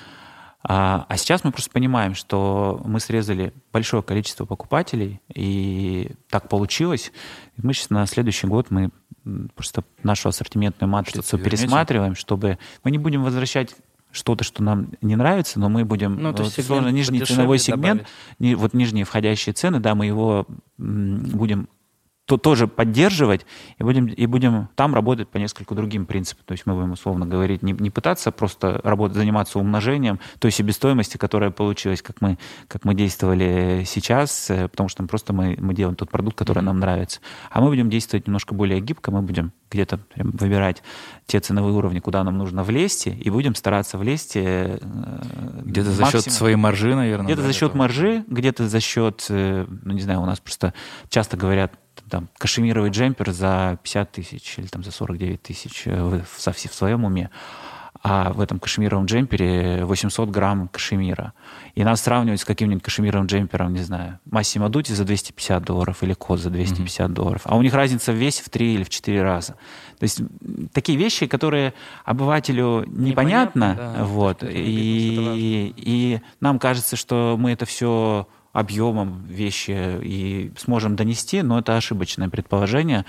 А, а сейчас мы просто понимаем, что мы срезали большое количество покупателей, и так получилось. Мы сейчас на следующий год мы просто нашу ассортиментную матрицу пересматриваем, чтобы мы не будем возвращать что-то, что нам не нравится, но мы будем... Ну, то есть вот, сегмент нижний ценовой сегмент, не, вот нижние входящие цены, да, мы его будем... то тоже поддерживать, и будем, и будем там работать по несколько другим принципам. То есть мы будем, условно говорить, не, не пытаться просто работать, заниматься умножением той себестоимости, которая получилась, как мы, как мы действовали сейчас, потому что просто мы, мы делаем тот продукт, который mm-hmm. нам нравится. А мы будем действовать немножко более гибко, мы будем где-то прям выбирать те ценовые уровни, куда нам нужно влезть, и будем стараться влезть где-то за счет своей маржи, наверное. Где-то да, за счет этого. маржи, где-то за счет, ну не знаю, у нас просто часто говорят, там, кашемировый джемпер за пятьдесят тысяч или там, за сорок девять тысяч в, в, в своем уме, а в этом кашемировом джемпере восемьсот грамм кашемира. И нас сравнивать с каким-нибудь кашемировым джемпером, не знаю, Massimo Dutti за двести пятьдесят долларов или Кот за двести пятьдесят mm-hmm. долларов. А у них разница в весе в три или в четыре раза. То есть такие вещи, которые обывателю непонятно, непонятно да, вот, и, и нам кажется, что мы это все... объемом вещи и сможем донести, но это ошибочное предположение.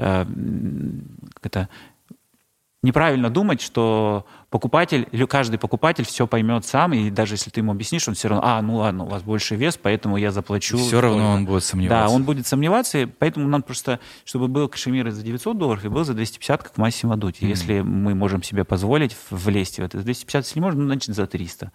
Это неправильно думать, что покупатель или каждый покупатель все поймет сам, и даже если ты ему объяснишь, он все равно, а, ну ладно, у вас больше вес, поэтому я заплачу. Все равно он будет сомневаться. Да, он будет сомневаться, и поэтому нам просто, чтобы был кашемир за девятьсот долларов и был за двести пятьдесят, как в Massimo Dutti. Mm-hmm. Если мы можем себе позволить влезть в это, за двести пятьдесят, если не можем, значит за триста.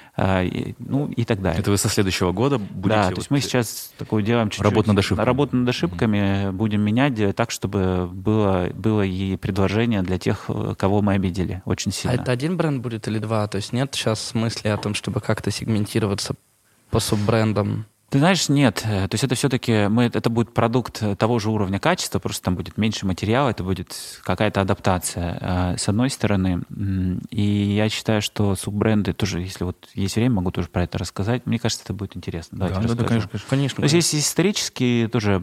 Ну и так далее. Это вы со следующего года будете... Да, вот то есть мы сейчас такое делаем чуть-чуть. Работу над ошибками. Работу над ошибками mm-hmm. будем менять, делать так, чтобы было, было и предложение для тех, кого мы обидели очень сильно. А это один бренд будет или два? То есть нет сейчас мысли о том, чтобы как-то сегментироваться по суббрендам? Ты знаешь, нет. То есть это все-таки мы, это будет продукт того же уровня качества, просто там будет меньше материала, это будет какая-то адаптация, с одной стороны. И я считаю, что суббренды тоже, если вот есть время, могу тоже про это рассказать. Мне кажется, это будет интересно. Давайте да, да, да, конечно, конечно. То есть есть исторически тоже...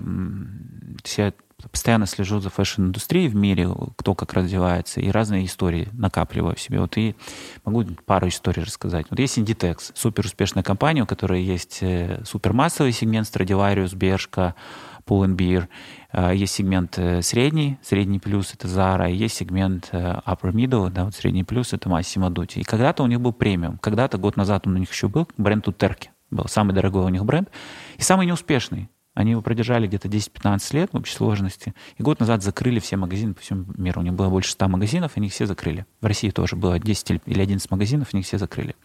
Я постоянно слежу за фэшн-индустрией в мире, кто как развивается, и разные истории накапливаю в себе. Вот и могу пару историй рассказать. Вот есть Inditex, супер успешная компания, у которой есть супермассовый сегмент Stradivarius, Bershka, Pull&Bear. Есть сегмент средний, средний плюс — это Zara, и есть сегмент upper middle, да, вот средний плюс — это Massimo Dutti. И когда-то у них был премиум, когда-то, год назад он у них еще был, бренд Uterqui был самый дорогой у них бренд, и самый неуспешный. Они его продержали где-то десять-пятнадцать лет в общей сложности. И год назад закрыли все магазины по всему миру. У них было больше ста магазинов, они их все закрыли. В России тоже было десять или одиннадцать магазинов, они их все закрыли.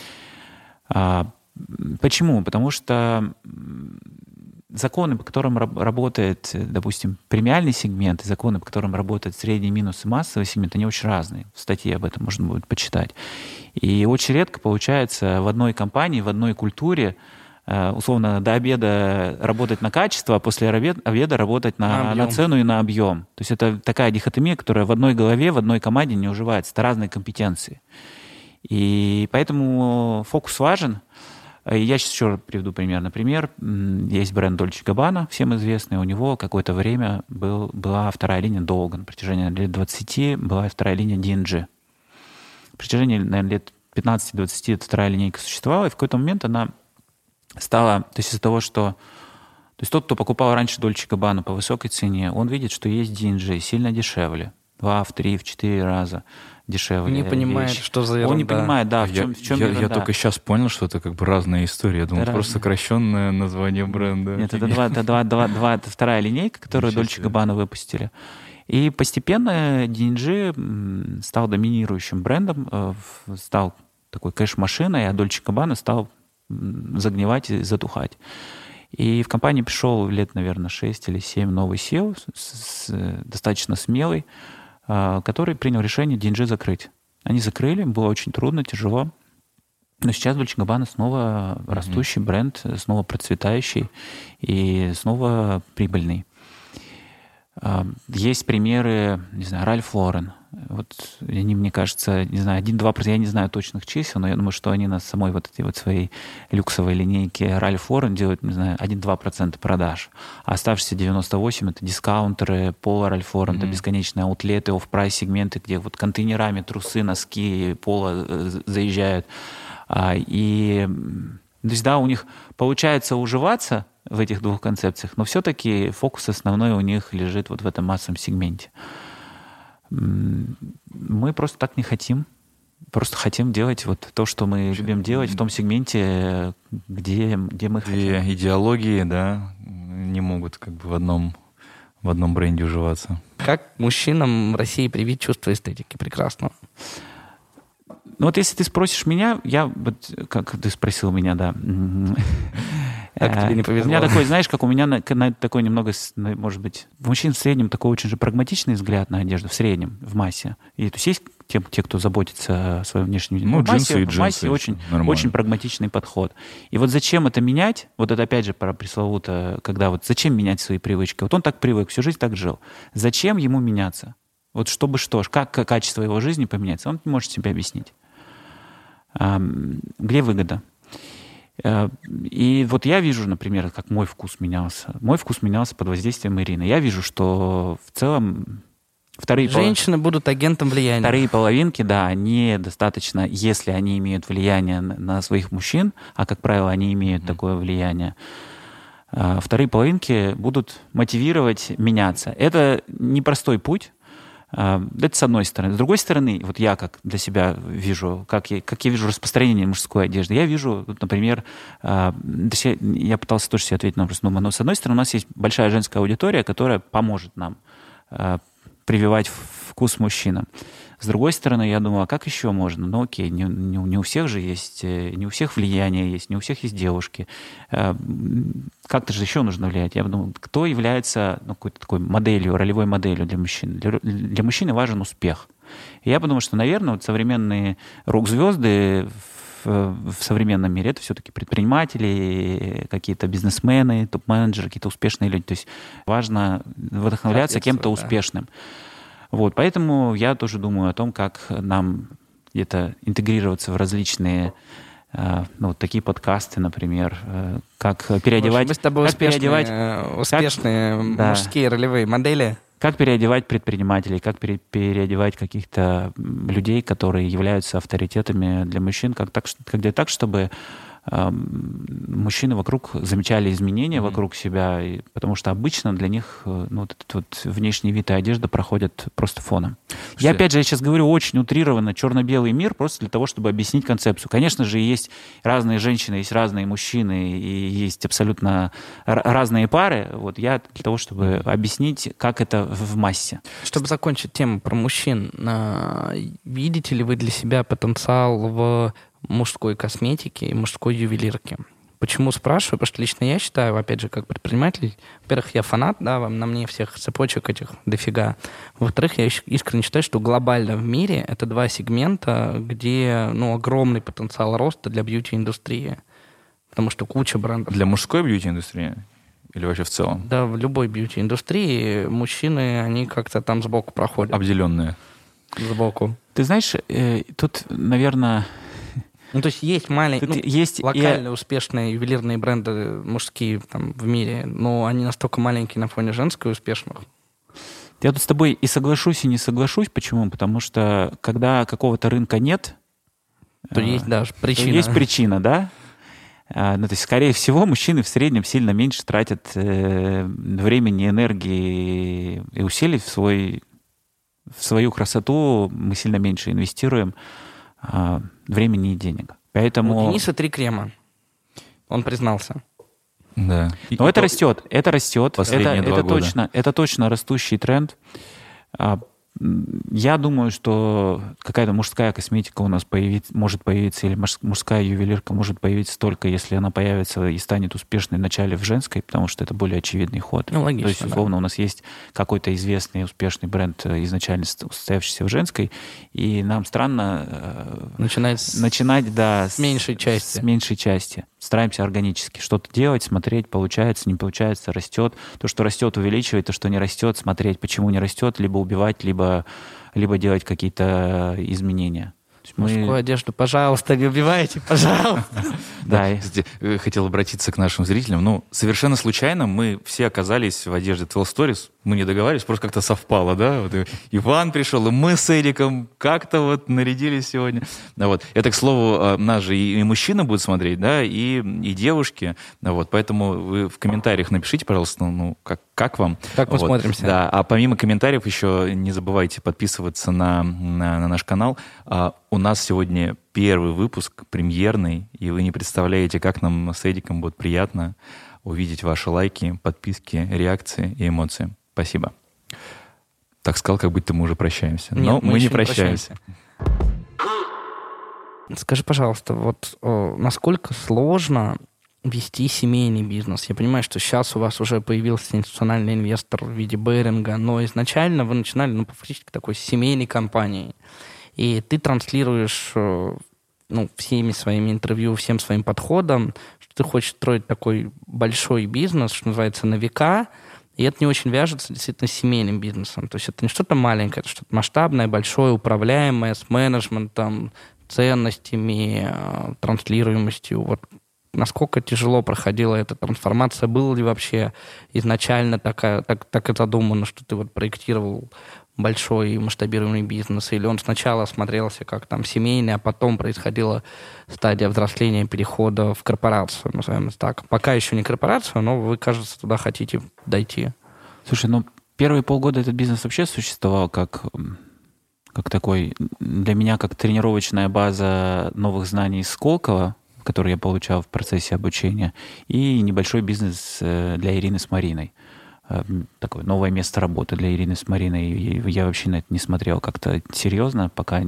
А, почему? Потому что законы, по которым работает, допустим, премиальный сегмент, и законы, по которым работает средний минус и массовый сегмент, они очень разные. В статье об этом можно будет почитать. И очень редко получается в одной компании, в одной культуре условно до обеда работать на качество, а после обеда работать на, на, на цену и на объем. То есть это такая дихотомия, которая в одной голове, в одной команде не уживается. Это разные компетенции. И поэтому фокус важен. Я сейчас еще приведу пример. Например, есть бренд Dolce Gabbana, всем известный. У него какое-то время был, была вторая линия долго. На протяжении лет двадцати была вторая линия ди эн джи. На протяжении, наверное, лет пятнадцати-двадцати эта вторая линейка существовала, и в какой-то момент она стала, то есть из-за того, что то есть тот, кто покупал раньше Dolce Gabbana по высокой цене, он видит, что есть ди эн джи сильно дешевле. два, в три, в четыре раза дешевле. Не понимает, вещь. что за ерунда. Он не понимает, да, в я, чем, в чем я, ерунда. Я только сейчас понял, что это как бы разная история. Я думал, это просто разное. сокращенное название бренда. Нет, это, два, это, два, два, два, это вторая линейка, которую Dolce and Gabbana выпустили. И постепенно ди эн джи стал доминирующим брендом, стал такой кэш-машиной, а Dolce and Gabbana стал загнивать и затухать. И в компании пришел лет, наверное, шесть или семь новый си и о, с, с, достаточно смелый, который принял решение ди эн джи закрыть. Они закрыли, было очень трудно, тяжело. Но сейчас Dolce and Gabbana снова mm-hmm. растущий бренд, снова процветающий и снова прибыльный. Есть примеры, не знаю, Ральф Лорен. Вот они, мне кажется, не знаю, один-два процента, я не знаю точных чисел, но я думаю, что они на самой вот этой вот своей люксовой линейке Ральф Лорен делают, не знаю, один-два процента продаж. А оставшиеся девяносто восемь процентов это дискаунтеры, Пола Ральф Лорен, mm-hmm. это бесконечные аутлеты, офф-прайс-сегменты, где вот контейнерами трусы, носки, Пола заезжают. И, то есть, да, у них получается уживаться в этих двух концепциях, но все-таки фокус основной у них лежит вот в этом массовом сегменте. Мы просто так не хотим. Просто хотим делать вот то, что мы любим делать в том сегменте, где, где мы хотим. Две идеологии, да, не могут как бы в одном, в одном бренде уживаться. Как мужчинам в России привить чувство эстетики прекрасного? Ну вот если ты спросишь меня, я вот, как ты спросил меня, да. Как тебе не повезло? У меня такой, знаешь, как у меня на, на, такой немного, может быть, у мужчин в среднем такой очень же прагматичный взгляд на одежду, в среднем, в массе. И то есть есть те, те кто заботится о своем внешнем виде. Ну, в джинсы массе, и в джинсы. массе очень, очень прагматичный подход. И вот зачем это менять? Вот это опять же про пресловуто, когда вот зачем менять свои привычки? Вот он так привык, всю жизнь так жил. Зачем ему меняться? Вот чтобы что, как качество его жизни поменяется? Он не может себе объяснить. Где выгода? И вот я вижу, например, как мой вкус менялся. Мой вкус менялся под воздействием Ирины. Я вижу, что в целом вторые женщины пол... будут агентом влияния. Вторые половинки, да, они достаточно, если они имеют влияние на своих мужчин, а, как правило, они имеют mm-hmm. такое влияние, вторые половинки будут мотивировать меняться. Это непростой путь. Это с одной стороны. С другой стороны, вот я как для себя вижу, как я, как я вижу распространение мужской одежды. Я вижу, вот, например, я, я пытался тоже себе ответить на вопрос, но с одной стороны у нас есть большая женская аудитория, которая поможет нам прививать вкус мужчинам. С другой стороны, я думаю, а как еще можно? Ну окей, не, не, не у всех же есть, не у всех влияние есть, не у всех есть девушки. Как-то же еще нужно влиять. Я думаю, кто является ну, какой-то такой моделью, ролевой моделью для мужчин? Для, для мужчины важен успех. И я подумал, что, наверное, вот современные рок-звезды в, в современном мире это все-таки предприниматели, какие-то бизнесмены, топ-менеджеры, какие-то успешные люди. То есть важно вдохновляться кем-то успешным. Вот, поэтому я тоже думаю о том, как нам где-то интегрироваться в различные, э, ну, вот такие подкасты, например, э, как переодевать... Мы с тобой как успешные, переодевать, успешные как, мужские да. ролевые модели. Как переодевать предпринимателей, как пере, переодевать каких-то людей, которые являются авторитетами для мужчин, как, так, как делать так, чтобы мужчины вокруг замечали изменения mm-hmm. вокруг себя, и, потому что обычно для них ну, вот этот вот внешний вид и одежда проходят просто фоном. Слушайте. Я опять же, я сейчас говорю очень утрированно, черно-белый мир, просто для того, чтобы объяснить концепцию. Конечно же, есть разные женщины, есть разные мужчины, и есть абсолютно разные пары. Вот я для того, чтобы объяснить, как это в массе. Чтобы закончить тему про мужчин, видите ли вы для себя потенциал в мужской косметики и мужской ювелирки? Почему спрашиваю? Потому что лично я считаю, опять же, как предприниматель, во-первых, я фанат, да, на мне всех цепочек этих дофига. Во-вторых, я искренне считаю, что глобально в мире это два сегмента, где, ну, огромный потенциал роста для бьюти-индустрии. Потому что куча брендов. Для мужской бьюти-индустрии? Или вообще в целом? Да, в любой бьюти-индустрии мужчины, они как-то там сбоку проходят. Обделенные. Сбоку. Ты знаешь, э, тут, наверное... Ну, то есть есть маленькие, ну, есть локально я... успешные ювелирные бренды мужские там, в мире, но они настолько маленькие на фоне женской успешных. Я тут с тобой и соглашусь, и не соглашусь. Почему? Потому что когда какого-то рынка нет, то э, есть даже причина. То есть причина, да? А, ну, то есть, скорее всего, мужчины в среднем сильно меньше тратят э, времени, энергии и усилий в свой в свою красоту мы сильно меньше инвестируем а, времени и денег. Поэтому... У Дениса три крема. Он признался. Да. Но и это то... растет, это растет. Последние это, два это года. Точно, это точно растущий тренд. Я думаю, что какая-то мужская косметика у нас появится, может появиться, или мужская ювелирка может появиться только, если она появится и станет успешной вначале в женской, потому что это более очевидный ход. Ну, логично, То есть, условно, да. у нас есть какой-то известный успешный бренд, изначально состоявшийся в женской, и нам странно начинать, с... начинать да, с меньшей части. С меньшей части. Стараемся органически что-то делать, смотреть, получается, не получается, растет. То, что растет, увеличивать, то, что не растет, смотреть, почему не растет, либо убивать, либо, либо делать какие-то изменения. Мужскую мы... одежду, пожалуйста, не убивайте, пожалуйста. Да, хотел обратиться к нашим зрителям. Ну, совершенно случайно мы все оказались в одежде твелв Stories. Мы не договаривались, просто как-то совпало, да? Вот Иван пришел, и мы с Эриком как-то вот нарядились сегодня. Вот. Это, к слову, нас же и, и мужчины будут смотреть, да, и, и девушки. Вот. Поэтому вы в комментариях напишите, пожалуйста, ну, как, как вам. Как мы вот. смотримся. Да. А помимо комментариев еще не забывайте подписываться на, на, на наш канал. У нас сегодня первый выпуск, премьерный, и вы не представляете, как нам с Эдиком будет приятно увидеть ваши лайки, подписки, реакции и эмоции. Спасибо. Так сказал, как будто мы уже прощаемся. Нет, но мы, мы не не прощаемся. Скажи, пожалуйста, вот о, насколько сложно вести семейный бизнес? Я понимаю, что сейчас у вас уже появился институциональный инвестор в виде Беринга, но изначально вы начинали, ну, фактически такой семейной компанией. И ты транслируешь ну, всеми своими интервью, всем своим подходом, что ты хочешь строить такой большой бизнес, что называется, на века, и это не очень вяжется действительно с семейным бизнесом. То есть это не что-то маленькое, это что-то масштабное, большое, управляемое, с менеджментом, ценностями, транслируемостью. Вот насколько тяжело проходила эта трансформация? Было ли вообще изначально такая, так, так и задумано, что ты вот проектировал большой масштабируемый бизнес, или он сначала смотрелся как там семейный, а потом происходила стадия взросления, перехода в корпорацию, назовем это так. Пока еще не корпорацию, но вы, кажется, туда хотите дойти. Слушай, ну первые полгода этот бизнес вообще существовал как, как такой, для меня, как тренировочная база новых знаний из Сколково, который я получал в процессе обучения, и небольшой бизнес для Ирины с Мариной. Такое новое место работы для Ирины с Мариной. И я вообще на это не смотрел как-то серьезно, пока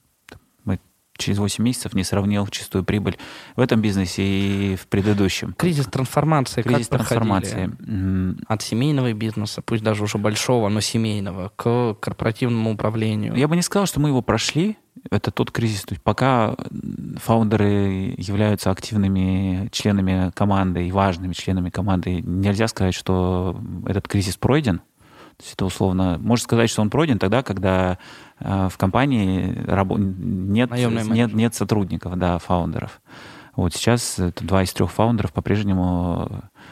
мы через восемь месяцев не сравнил чистую прибыль в этом бизнесе и в предыдущем. Кризис трансформации. Кризис как трансформации. От семейного бизнеса, пусть даже уже большого, но семейного, к корпоративному управлению. Я бы не сказал, что мы его прошли. Это тот кризис. То есть пока фаундеры являются активными членами команды и важными членами команды, нельзя сказать, что этот кризис пройден. То есть это условно... Можно сказать, что он пройден тогда, когда э, в компании рабо- нет, нет, нет сотрудников, да, фаундеров. Вот сейчас это два из трех фаундеров по-прежнему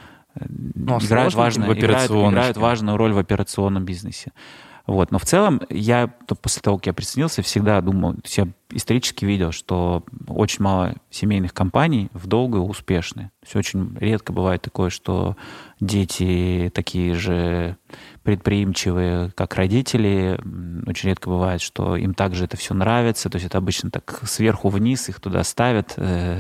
ну, играют, важно, играют, играют важную роль в операционном бизнесе. Вот. Но в целом я после того, как я присоединился, всегда думал, я исторически видел, что очень мало семейных компаний в долгую успешны. То есть очень редко бывает такое, что дети такие же предприимчивые, как родители. Очень редко бывает, что им также это все нравится. То есть это обычно так сверху вниз их туда ставят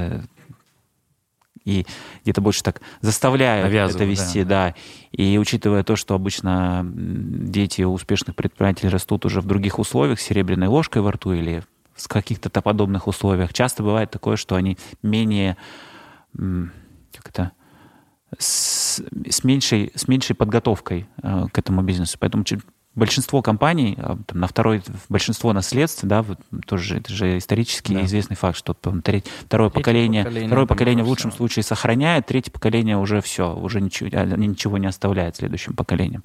и где-то больше так заставляют это вести, да. да. И учитывая то, что обычно дети успешных предпринимателей растут уже в других условиях, с серебряной ложкой во рту или в каких-то подобных условиях, часто бывает такое, что они менее, как это, с, с, меньшей, с меньшей подготовкой э, к этому бизнесу. Поэтому большинство компаний, там, на второй, большинство наследств, да, вот, тоже это же исторически да. известный факт, что там, треть, второе третье поколение, поколение, второе поколение в лучшем все. случае сохраняет, третье поколение уже все, уже ничего, ничего не оставляет следующим поколениям.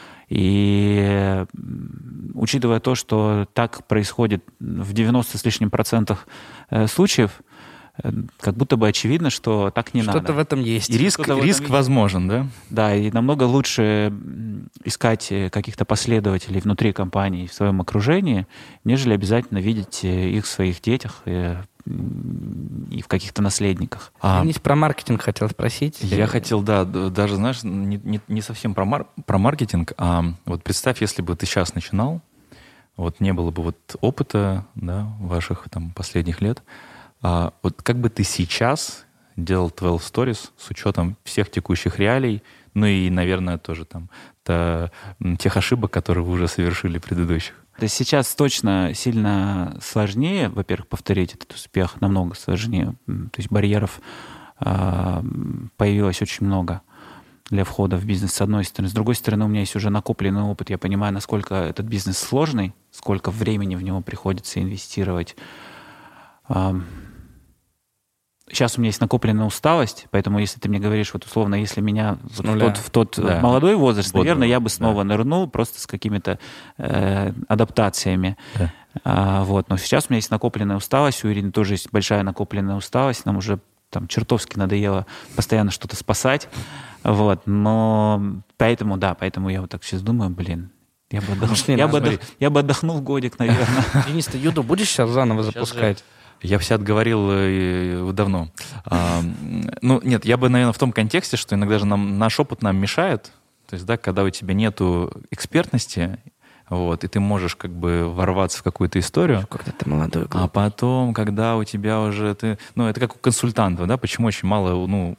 И учитывая то, что так происходит в девяноста с лишним процентах случаев, как будто бы очевидно, что так не Что-то надо. Что-то в этом есть. И риск, риск возможен, да? Да, и намного лучше искать каких-то последователей внутри компании, в своем окружении, нежели обязательно видеть их в своих детях и в каких-то наследниках. А, Я про маркетинг хотел спросить. Я хотел, да, даже, знаешь, не, не, не совсем про, мар, про маркетинг, а вот представь, если бы ты сейчас начинал, вот не было бы вот опыта, да, ваших там последних лет, а, вот как бы ты сейчас делал twelve stories с учетом всех текущих реалий, ну и, наверное, тоже там то, тех ошибок, которые вы уже совершили предыдущих? То есть сейчас точно сильно сложнее, во-первых, повторить этот успех, намного сложнее. То есть барьеров э, появилось очень много для входа в бизнес, с одной стороны. С другой стороны, у меня есть уже накопленный опыт. Я понимаю, насколько этот бизнес сложный, сколько времени в него приходится инвестировать. Сейчас у меня есть накопленная усталость, поэтому если ты мне говоришь, вот условно, если меня вот в тот, в тот да. молодой возраст, Бодрого. наверное, я бы снова да. нырнул просто с какими-то э, адаптациями. Да. А, вот. Но сейчас у меня есть накопленная усталость, у Ирины тоже есть большая накопленная усталость, нам уже там чертовски надоело постоянно что-то спасать. Вот, но поэтому, да, поэтому я вот так сейчас думаю, блин, я бы, отдох... я, бы отдох... я бы отдохнул годик, наверное. Денис, ты Юду будешь сейчас заново запускать? Я все отговорил давно. А, ну, нет, я бы, наверное, в том контексте, что иногда же нам, наш опыт нам мешает. То есть, да, когда у тебя нету экспертности, вот, и ты можешь как бы ворваться в какую-то историю. Когда ты молодой. А потом, когда у тебя уже... ты, ну, это как у консультантов, да, почему очень мало ну,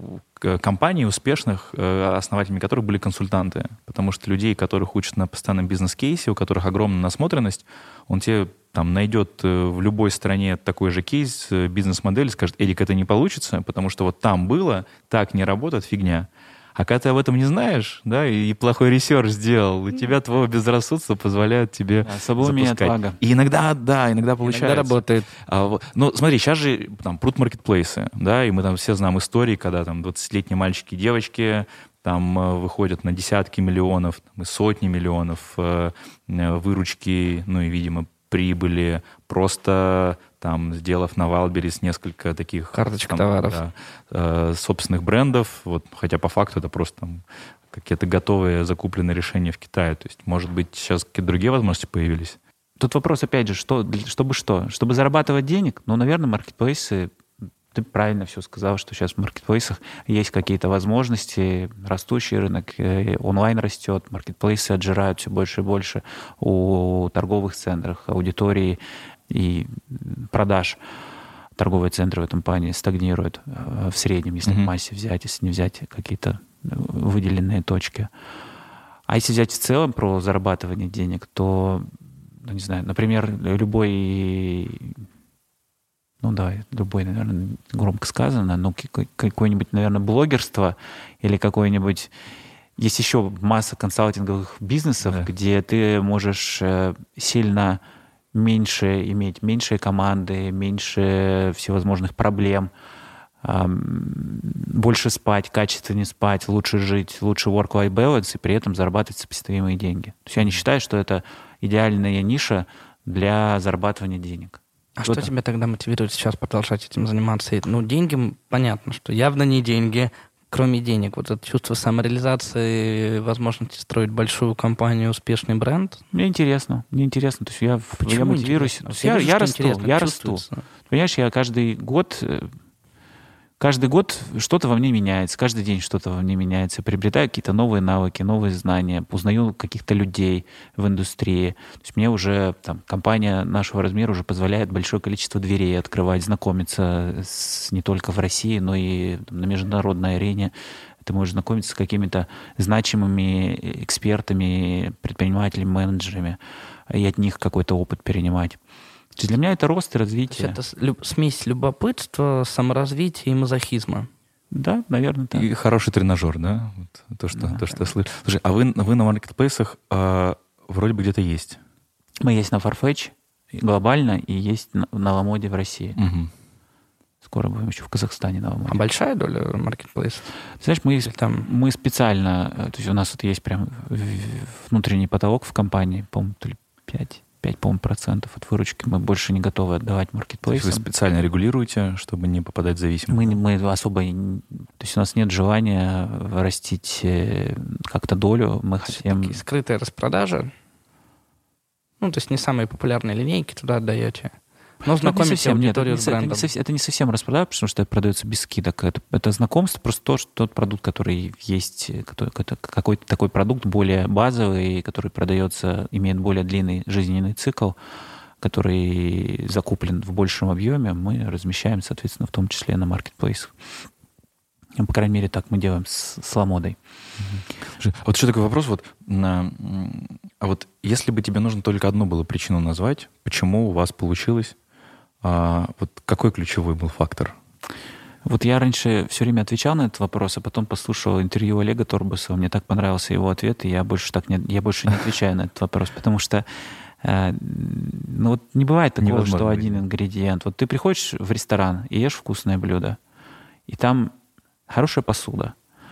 компаний успешных, основателями которых были консультанты. Потому что людей, которых учат на постоянном бизнес-кейсе, у которых огромная насмотренность, он тебе там найдет в любой стране такой же кейс, бизнес-модель, скажет: Эдик, это не получится, потому что вот там было, так не работает, фигня. А когда ты об этом не знаешь, да, и плохой ресерч сделал, у тебя твое безрассудство позволяет тебе да, запускать. И иногда, да, иногда получается. Иногда работает. А, вот, ну, смотри, сейчас же там прут маркетплейсы, да, и мы там все знаем истории, когда там двадцатилетние мальчики и девочки там выходят на десятки миллионов, там, и сотни миллионов э, выручки, ну и, видимо, прибыли, просто там, сделав на Wildberries несколько таких... Карточек там, товаров. Да, э, собственных брендов, вот, хотя по факту это просто там какие-то готовые закупленные решения в Китае. То есть, может быть, сейчас какие-то другие возможности появились? Тут вопрос, опять же, что, чтобы что? Чтобы зарабатывать денег? Ну, наверное, маркетплейсы... Ты правильно все сказал, что сейчас в маркетплейсах есть какие-то возможности, растущий рынок, онлайн растет, маркетплейсы отжирают все больше и больше у торговых центров, аудитории и продаж. Торговые центры в этом плане стагнируют в среднем, если mm-hmm. в массе взять, если не взять какие-то выделенные точки. А если взять в целом про зарабатывание денег, то, ну, не знаю, например, любой... Ну да, любой, наверное, громко сказано, но какое-нибудь, наверное, блогерство или какое-нибудь... Есть еще масса консалтинговых бизнесов, да. где ты можешь сильно меньше иметь, меньшие команды, меньше всевозможных проблем, больше спать, качественнее спать, лучше жить, лучше work-life balance и при этом зарабатывать сопоставимые деньги. То есть я не считаю, что это идеальная ниша для зарабатывания денег. А что, что тебя тогда мотивирует сейчас продолжать этим заниматься? Ну, деньги, понятно, что явно не деньги, кроме денег. Вот это чувство самореализации, возможности строить большую компанию, успешный бренд. Мне интересно, мне интересно. То есть я, а я мотивируюсь. То есть я, я расту, я расту. Понимаешь, я каждый год... Каждый год что-то во мне меняется, каждый день что-то во мне меняется. Приобретаю какие-то новые навыки, новые знания, узнаю каких-то людей в индустрии. То есть мне уже там, компания нашего размера уже позволяет большое количество дверей открывать, знакомиться с, не только в России, но и там, на международной арене. Ты можешь знакомиться с какими-то значимыми экспертами, предпринимателями, менеджерами и от них какой-то опыт перенимать. Для меня это рост и развитие. Это смесь любопытства, саморазвития и мазохизма. Да, наверное, так. И хороший тренажер, да? Вот то, что, да, то, что я слышу. Слушай, а вы, вы на маркетплейсах а, вроде бы где-то есть? Мы есть на Farfetch глобально и есть на, на Ламоде в России. Угу. Скоро будем еще в Казахстане на Ламоде. А большая доля маркетплейсов? Знаешь, мы, там... мы специально... То есть у нас вот есть прям внутренний потолок в компании, по-моему, то ли пять пять, по-моему, процентов от выручки мы больше не готовы отдавать маркетплейсам. Вы специально регулируете, чтобы не попадать в зависимость? Мы, мы особо... То есть у нас нет желания растить как-то долю. Мы хотим... Такие скрытые распродажи. Ну, то есть не самые популярные линейки туда отдаете. Но знакомить не совсем, нет, это, не, с брендом. Это, не совсем, это не совсем распродажа, потому что это продается без скидок. Это, это знакомство, просто то, что тот продукт, который есть, который, какой-то такой продукт более базовый, который продается, имеет более длинный жизненный цикл, который закуплен в большем объеме, мы размещаем, соответственно, в том числе на маркетплейсах. По крайней мере, так мы делаем с, с Ламодой. Вот еще такой вопрос. Вот, на, а вот если бы тебе нужно только одну было причину назвать, почему у вас получилось, а, вот какой ключевой был фактор? Вот я раньше все время отвечал на этот вопрос, а потом послушал интервью Олега Торбусова. Мне так понравился его ответ, и я больше, так не, я больше не отвечаю на этот вопрос, потому что ну, вот не бывает такого, невозможно, что один ингредиент. Вот ты приходишь в ресторан и ешь вкусное блюдо, и там хорошая посуда,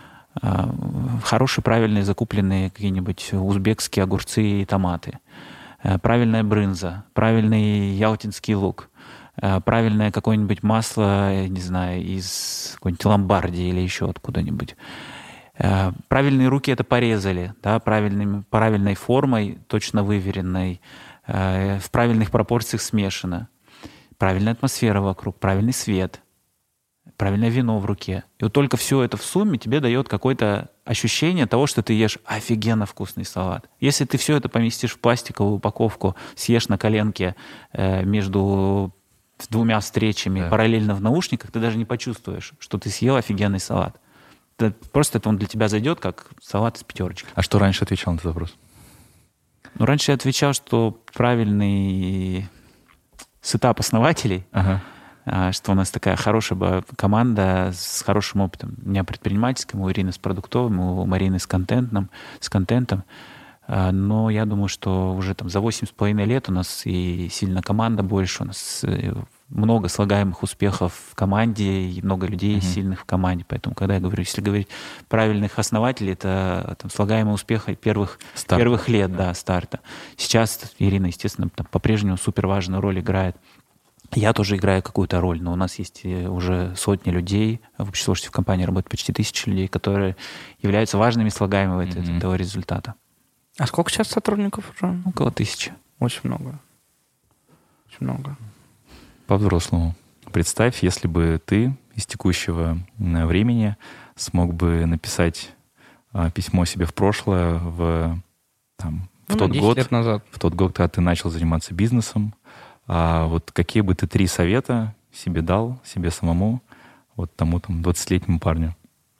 хорошие, правильные, закупленные какие-нибудь узбекские огурцы и томаты, правильная брынза, правильный ялтинский лук, правильное какое-нибудь масло, не знаю, из какой-нибудь Ломбардии или еще откуда-нибудь. Правильные руки это порезали, да, правильной, правильной формой, точно выверенной, в правильных пропорциях смешано. Правильная атмосфера вокруг, правильный свет, правильное вино в руке. И вот только все это в сумме тебе дает какое-то ощущение того, что ты ешь офигенно вкусный салат. Если ты все это поместишь в пластиковую упаковку, съешь на коленке э, между двумя встречами, да, параллельно в наушниках, ты даже не почувствуешь, что ты съел офигенный салат. Это, просто это он для тебя зайдет, как салат из пятерочки. А что раньше отвечал на этот вопрос? Ну, раньше я отвечал, что правильный сетап основателей, ага. что у нас такая хорошая была команда с хорошим опытом. У меня предпринимательским, у Ирины с продуктовым, у Марины с контентным, с контентом. Но я думаю, что уже там за восемь с половиной лет у нас и сильно команда больше, у нас много слагаемых успехов в команде и много людей mm-hmm. сильных в команде. Поэтому, когда я говорю, если говорить правильных основателей, это там, слагаемые успехи первых, первых лет да, старта. Сейчас Ирина, естественно, там, по-прежнему супер важную роль играет. Я тоже играю какую-то роль, но у нас есть уже сотни людей, в общей сложности в компании работает почти тысяча людей, которые являются важными слагаемыми mm-hmm. этого результата. А сколько сейчас сотрудников уже? Около тысячи. Очень много. Очень много. По-взрослому. Представь, если бы ты из текущего времени смог бы написать а, письмо себе в прошлое в, там, в, ну, тот год, лет назад. в тот год, когда ты начал заниматься бизнесом. А вот какие бы ты три совета себе дал, себе самому, вот тому там двадцатилетнему парню?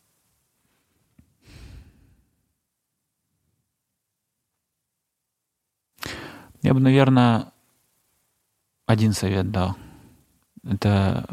Я бы, наверное, один совет дал. Это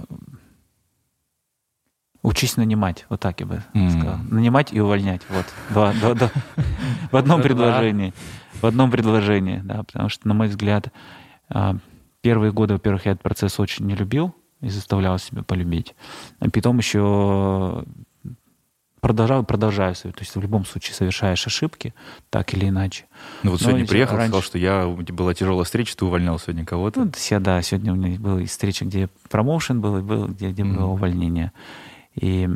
учись нанимать. Вот так я бы mm. сказал. Нанимать и увольнять. Вот. Два, два, два. В одном предложении. В одном предложении, да. Потому что, на мой взгляд, первые годы, во-первых, я этот процесс очень не любил и заставлял себя полюбить. А потом еще продолжаю, продолжаю. То есть в любом случае совершаешь ошибки, так или иначе. Ну вот Но сегодня приехал, раньше... сказал, что я, была тяжелая встреча, ты увольнял сегодня кого-то. Ну, я, да, сегодня у меня была встреча, где промоушен был, и был, где, где mm-hmm. было увольнение. И,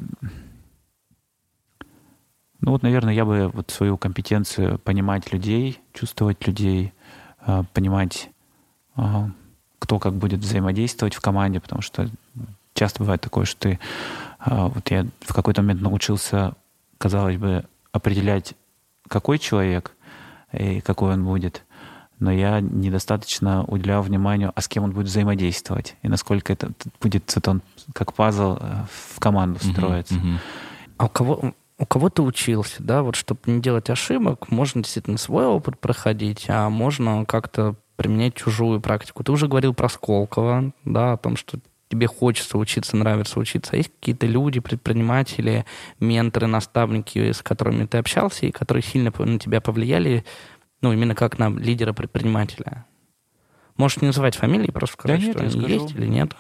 ну вот, наверное, я бы вот свою компетенцию понимать людей, чувствовать людей, понимать, кто как будет взаимодействовать в команде, потому что часто бывает такое, что ты... Вот я в какой-то момент научился, казалось бы, определять, какой человек и какой он будет, но я недостаточно уделял вниманию, а с кем он будет взаимодействовать, и насколько это будет это он, как пазл в команду встроится. Uh-huh, uh-huh. А у кого, у кого ты учился, да, вот чтобы не делать ошибок, можно действительно свой опыт проходить, а можно как-то применять чужую практику. Ты уже говорил про Сколково, да, о том, что тебе хочется учиться, нравится учиться. А есть какие-то люди, предприниматели, менторы, наставники, с которыми ты общался и которые сильно на тебя повлияли, ну, именно как на лидера-предпринимателя? Можешь не называть фамилии, просто сказать, да нет, что они скажу. Есть или нет?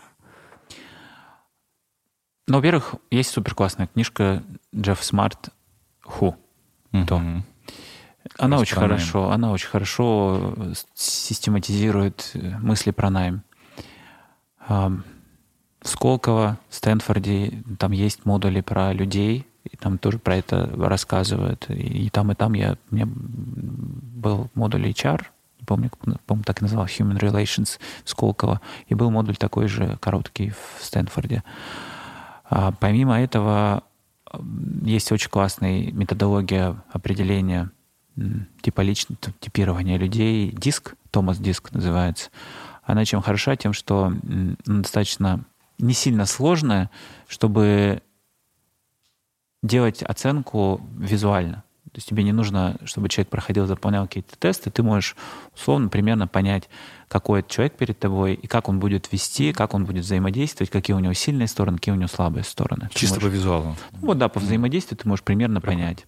Ну, во-первых, есть суперклассная книжка Джефф Смарт «Who?». Кто? Mm-hmm. Она очень хорошо, она очень хорошо систематизирует мысли про найм. В Сколково, в Стэнфорде, там есть модули про людей, и там тоже про это рассказывают. И там, и там я, у меня был модуль эйч ар, не помню, по-моему, так и называл, Human Relations в Сколково. И был модуль такой же короткий в Стэнфорде. А помимо этого, есть очень классная методология определения типа личного типирования людей. Диск, Томас Диск называется. Она чем хороша? Тем, что достаточно не сильно сложная, чтобы делать оценку визуально. То есть тебе не нужно, чтобы человек проходил, заполнял какие-то тесты. Ты можешь условно примерно понять, какой это человек перед тобой, и как он будет вести, как он будет взаимодействовать, какие у него сильные стороны, какие у него слабые стороны. Чисто можешь... по визуалу. Ну, вот да, по взаимодействию ты можешь примерно Прикольно. понять.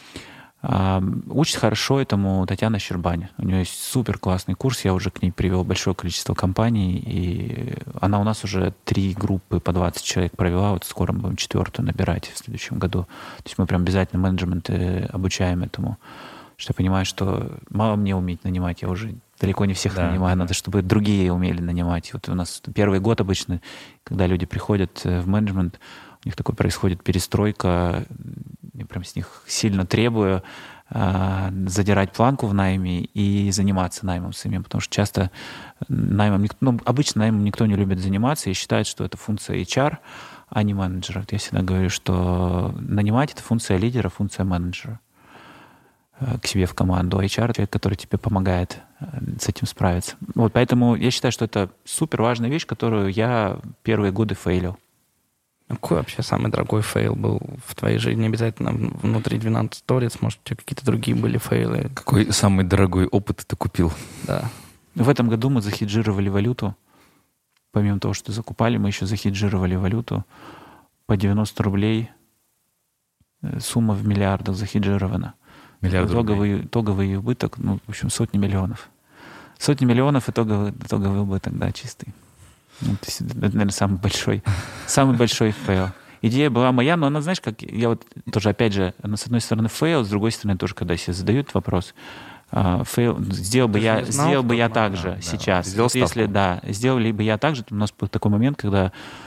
А, учит хорошо этому Татьяна Щербань. У нее есть супер классный курс, я уже к ней привел большое количество компаний, и она у нас уже три группы по двадцать человек провела, вот скоро мы будем четвертую набирать в следующем году. То есть мы прям обязательно менеджмент обучаем этому, что я понимаю, что мало мне уметь нанимать, я уже далеко не всех да, нанимаю, да. Надо, чтобы другие умели нанимать. Вот у нас первый год обычно, когда люди приходят в менеджмент, у них такое происходит перестройка, я прям с них сильно требую э, задирать планку в найме и заниматься наймом самим, потому что часто наймом, ну, обычно наймом никто не любит заниматься и считает, что это функция эйч ар, а не менеджера. Я всегда говорю, что нанимать — это функция лидера, функция менеджера э, к себе в команду, а эйч ар — человек, который тебе помогает э, с этим справиться. Вот поэтому я считаю, что это супер важная вещь, которую я первые годы фейлил. Какой вообще самый дорогой фейл был в твоей жизни? Обязательно внутри двенадцать Stories, может, у тебя какие-то другие были фейлы? Какой самый дорогой опыт ты купил? Да. В этом году мы захеджировали валюту. Помимо того, что закупали, мы еще захеджировали валюту. По девяносто рублей сумма в миллиардах захеджирована. Миллиард итоговый, рублей. Итоговый убыток, ну, в общем, сотни миллионов. Сотни миллионов итоговый, итоговый убыток, да, чистый. Ну, то есть, это, наверное, самый большой, самый большой фейл. Идея была моя, но она, знаешь, как я вот тоже, опять же, она, с одной стороны, фейл, с другой стороны, тоже, когда себе задают вопрос, фейл, сделал бы я, знал, сделал бы я так же да, сейчас. Да. Вот если, да, сделали бы я так же, то у нас был такой момент, когда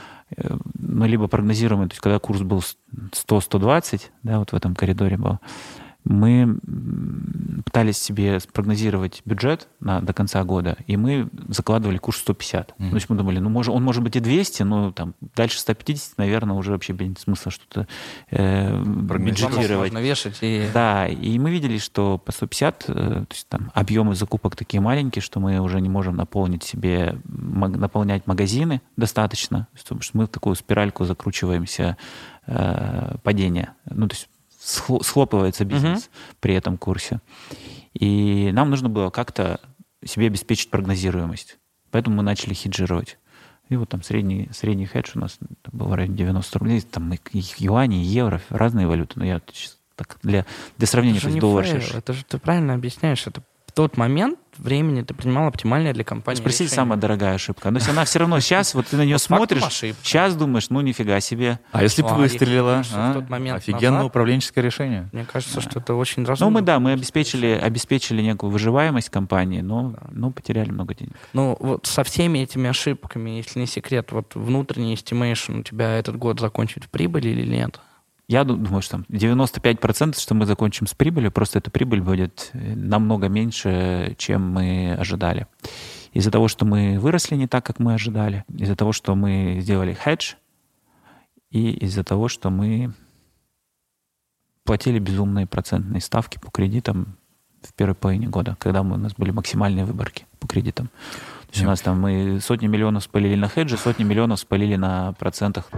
мы либо прогнозируем, то есть когда курс был сто - сто двадцать, да, вот в этом коридоре был, мы пытались себе спрогнозировать бюджет на, до конца года, и мы закладывали курс сто пятьдесят. Mm-hmm. То есть мы думали, ну, может, он может быть и двести, но там, дальше сто пятьдесят, наверное, уже вообще нет смысла что-то э, бюджетировать. Можно вешать. И... Да, и мы видели, что по сто пятьдесят, э, то есть там объемы закупок такие маленькие, что мы уже не можем наполнить себе, наполнять магазины достаточно, потому что мы в такую спиральку закручиваемся э, падения. Ну, то есть схлопывается бизнес uh-huh. при этом курсе. И нам нужно было как-то себе обеспечить прогнозируемость. Поэтому мы начали хеджировать. И вот там средний, средний хедж у нас был в районе девяносто рублей. Там и юани, и евро, разные валюты. Но я так для, для сравнения, это же не фейл, это же ты правильно объясняешь. Это в тот момент времени ты принимал оптимальное для компании Спросите, решение. Самая дорогая ошибка. Но если она все равно сейчас, вот ты на нее смотришь, сейчас думаешь, ну нифига себе. А если бы выстрелила? Офигенное назад, управленческое решение. Мне кажется, что это очень разумно. Ну мы, да, мы обеспечили, обеспечили некую выживаемость компании, но, но потеряли много денег. Ну вот со всеми этими ошибками, если не секрет, вот внутренний estimation у тебя этот год закончит в прибыли или нет? Я думаю, что там девяносто пять процентов, что мы закончим с прибылью, просто эта прибыль будет намного меньше, чем мы ожидали. Из-за того, что мы выросли не так, как мы ожидали, из-за того, что мы сделали хедж, и из-за того, что мы платили безумные процентные ставки по кредитам в первой половине года, когда мы, у нас были максимальные выборки по кредитам. То есть у нас там мы сотни миллионов спалили на хедже, сотни миллионов спалили на процентах.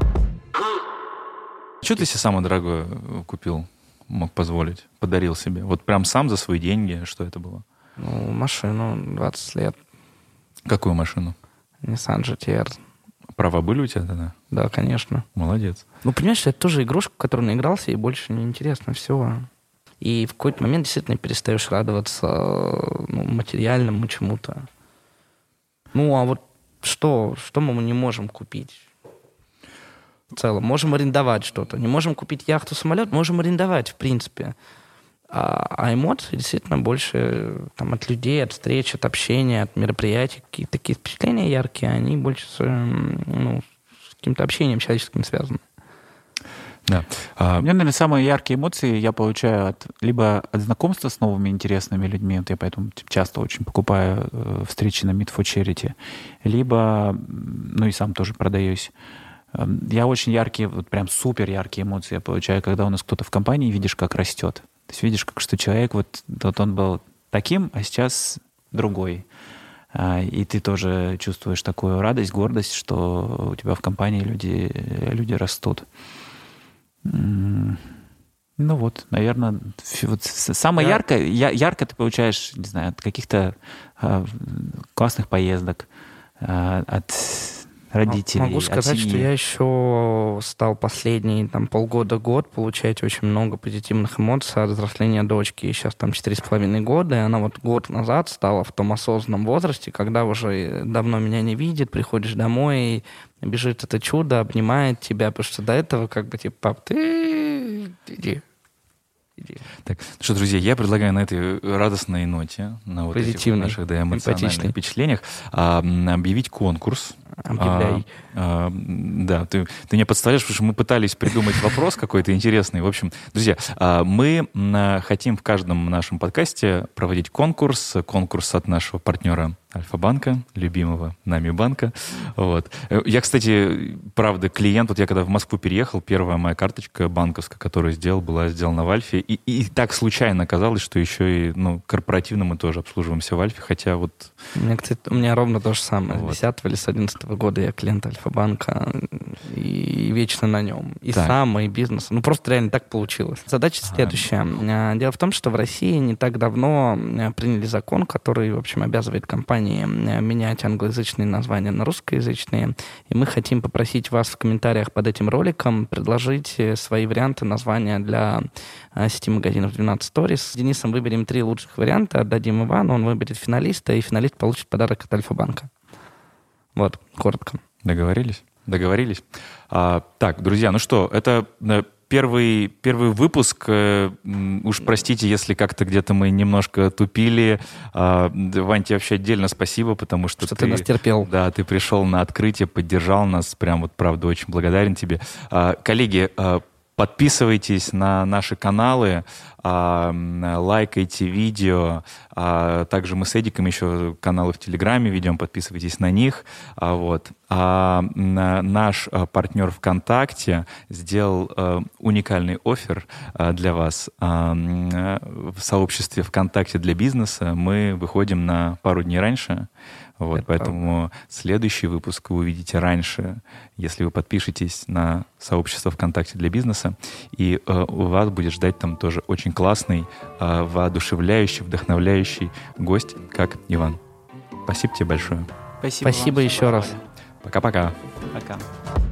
Что ты себе самое дорогое купил, мог позволить, подарил себе? Вот прям сам за свои деньги, что это было? Ну, машину, двадцать лет. Какую машину? Nissan джи ти ар. Права были у тебя тогда? Да, конечно. Молодец. Ну, понимаешь, это тоже игрушка, в которую наигрался, и больше не интересно все. И в какой-то момент действительно перестаешь радоваться ну, материальному чему-то. Ну, а вот что, что мы не можем купить? В целом. Можем арендовать что-то. Не можем купить яхту, самолет, можем арендовать, в принципе. А, а эмоции действительно больше там, от людей, от встреч, от общения, от мероприятий. Какие-то такие впечатления яркие, они больше с, ну, с каким-то общением человеческим связаны. Да. А... У меня, наверное, самые яркие эмоции я получаю от, либо от знакомства с новыми интересными людьми, вот я поэтому часто очень покупаю э, встречи на Meet for Charity, либо, ну и сам тоже продаюсь. Я очень яркие, вот прям супер яркие эмоции я получаю, когда у нас кто-то в компании, видишь, как растет. То есть видишь, как, что человек, вот, вот он был таким, а сейчас другой. И ты тоже чувствуешь такую радость, гордость, что у тебя в компании люди, люди растут. Ну вот, наверное, вот самое я... яркое, я, ярко ты получаешь, не знаю, от каких-то а, классных поездок, а, от родителей. Могу сказать, что я еще стал последние там, полгода-год получать очень много позитивных эмоций от взросления дочки. Сейчас там четыре с половиной года, и она вот год назад стала в том осознанном возрасте, когда уже давно меня не видит, приходишь домой, и бежит это чудо, обнимает тебя, потому что до этого как бы типа, пап, ты иди. Так, ну что, друзья, я предлагаю на этой радостной ноте, на вот этих наших да, эмоциональных впечатлениях, а, объявить конкурс. Объявляй. А, а, да, ты, ты меня подставляешь, потому что мы пытались придумать вопрос какой-то интересный. В общем, друзья, а, мы а, хотим в каждом нашем подкасте проводить конкурс, конкурс от нашего партнера Альфа-банка, любимого нами банка. Вот. Я, кстати, правда, клиент, вот я когда в Москву переехал, первая моя карточка банковская, которую сделал, была сделана в Альфе. И, и так случайно оказалось, что еще и ну, корпоративно мы тоже обслуживаемся в Альфе, хотя вот... У меня, кстати, у меня ровно то же самое. Вот. С десятого или с одиннадцатого года я клиент Альфа-банка и вечно на нем. И так. сам, и бизнес. Ну, просто реально так получилось. Задача а, следующая. Ну... Дело в том, что в России не так давно приняли закон, который, в общем, обязывает компании менять англоязычные названия на русскоязычные. И мы хотим попросить вас в комментариях под этим роликом предложить свои варианты названия для сети магазинов двенадцать Stories. С Денисом выберем три лучших варианта, отдадим Ивану, он выберет финалиста, и финалист получит подарок от Альфа-банка. Вот, коротко. Договорились? Договорились. А, так, друзья, ну что, это... Первый, первый выпуск, э, уж простите, если как-то где-то мы немножко тупили. Э, Вань, тебе вообще отдельно спасибо, потому что, что ты, ты нас терпел. Да, ты пришел на открытие, поддержал нас, прям вот правда очень благодарен тебе. Э, коллеги, э, подписывайтесь на наши каналы, лайкайте видео. Также мы с Эдиком еще каналы в Телеграме ведем, подписывайтесь на них. Вот. А наш партнер ВКонтакте сделал уникальный оффер для вас. В сообществе ВКонтакте для бизнеса мы выходим на пару дней раньше. Вот, поэтому следующий выпуск вы увидите раньше, если вы подпишетесь на сообщество ВКонтакте для бизнеса, и э, у вас будет ждать там тоже очень классный, э, воодушевляющий, вдохновляющий гость, как Иван. Спасибо тебе большое. Спасибо, Спасибо вам, еще раз. Пока-пока. Пока.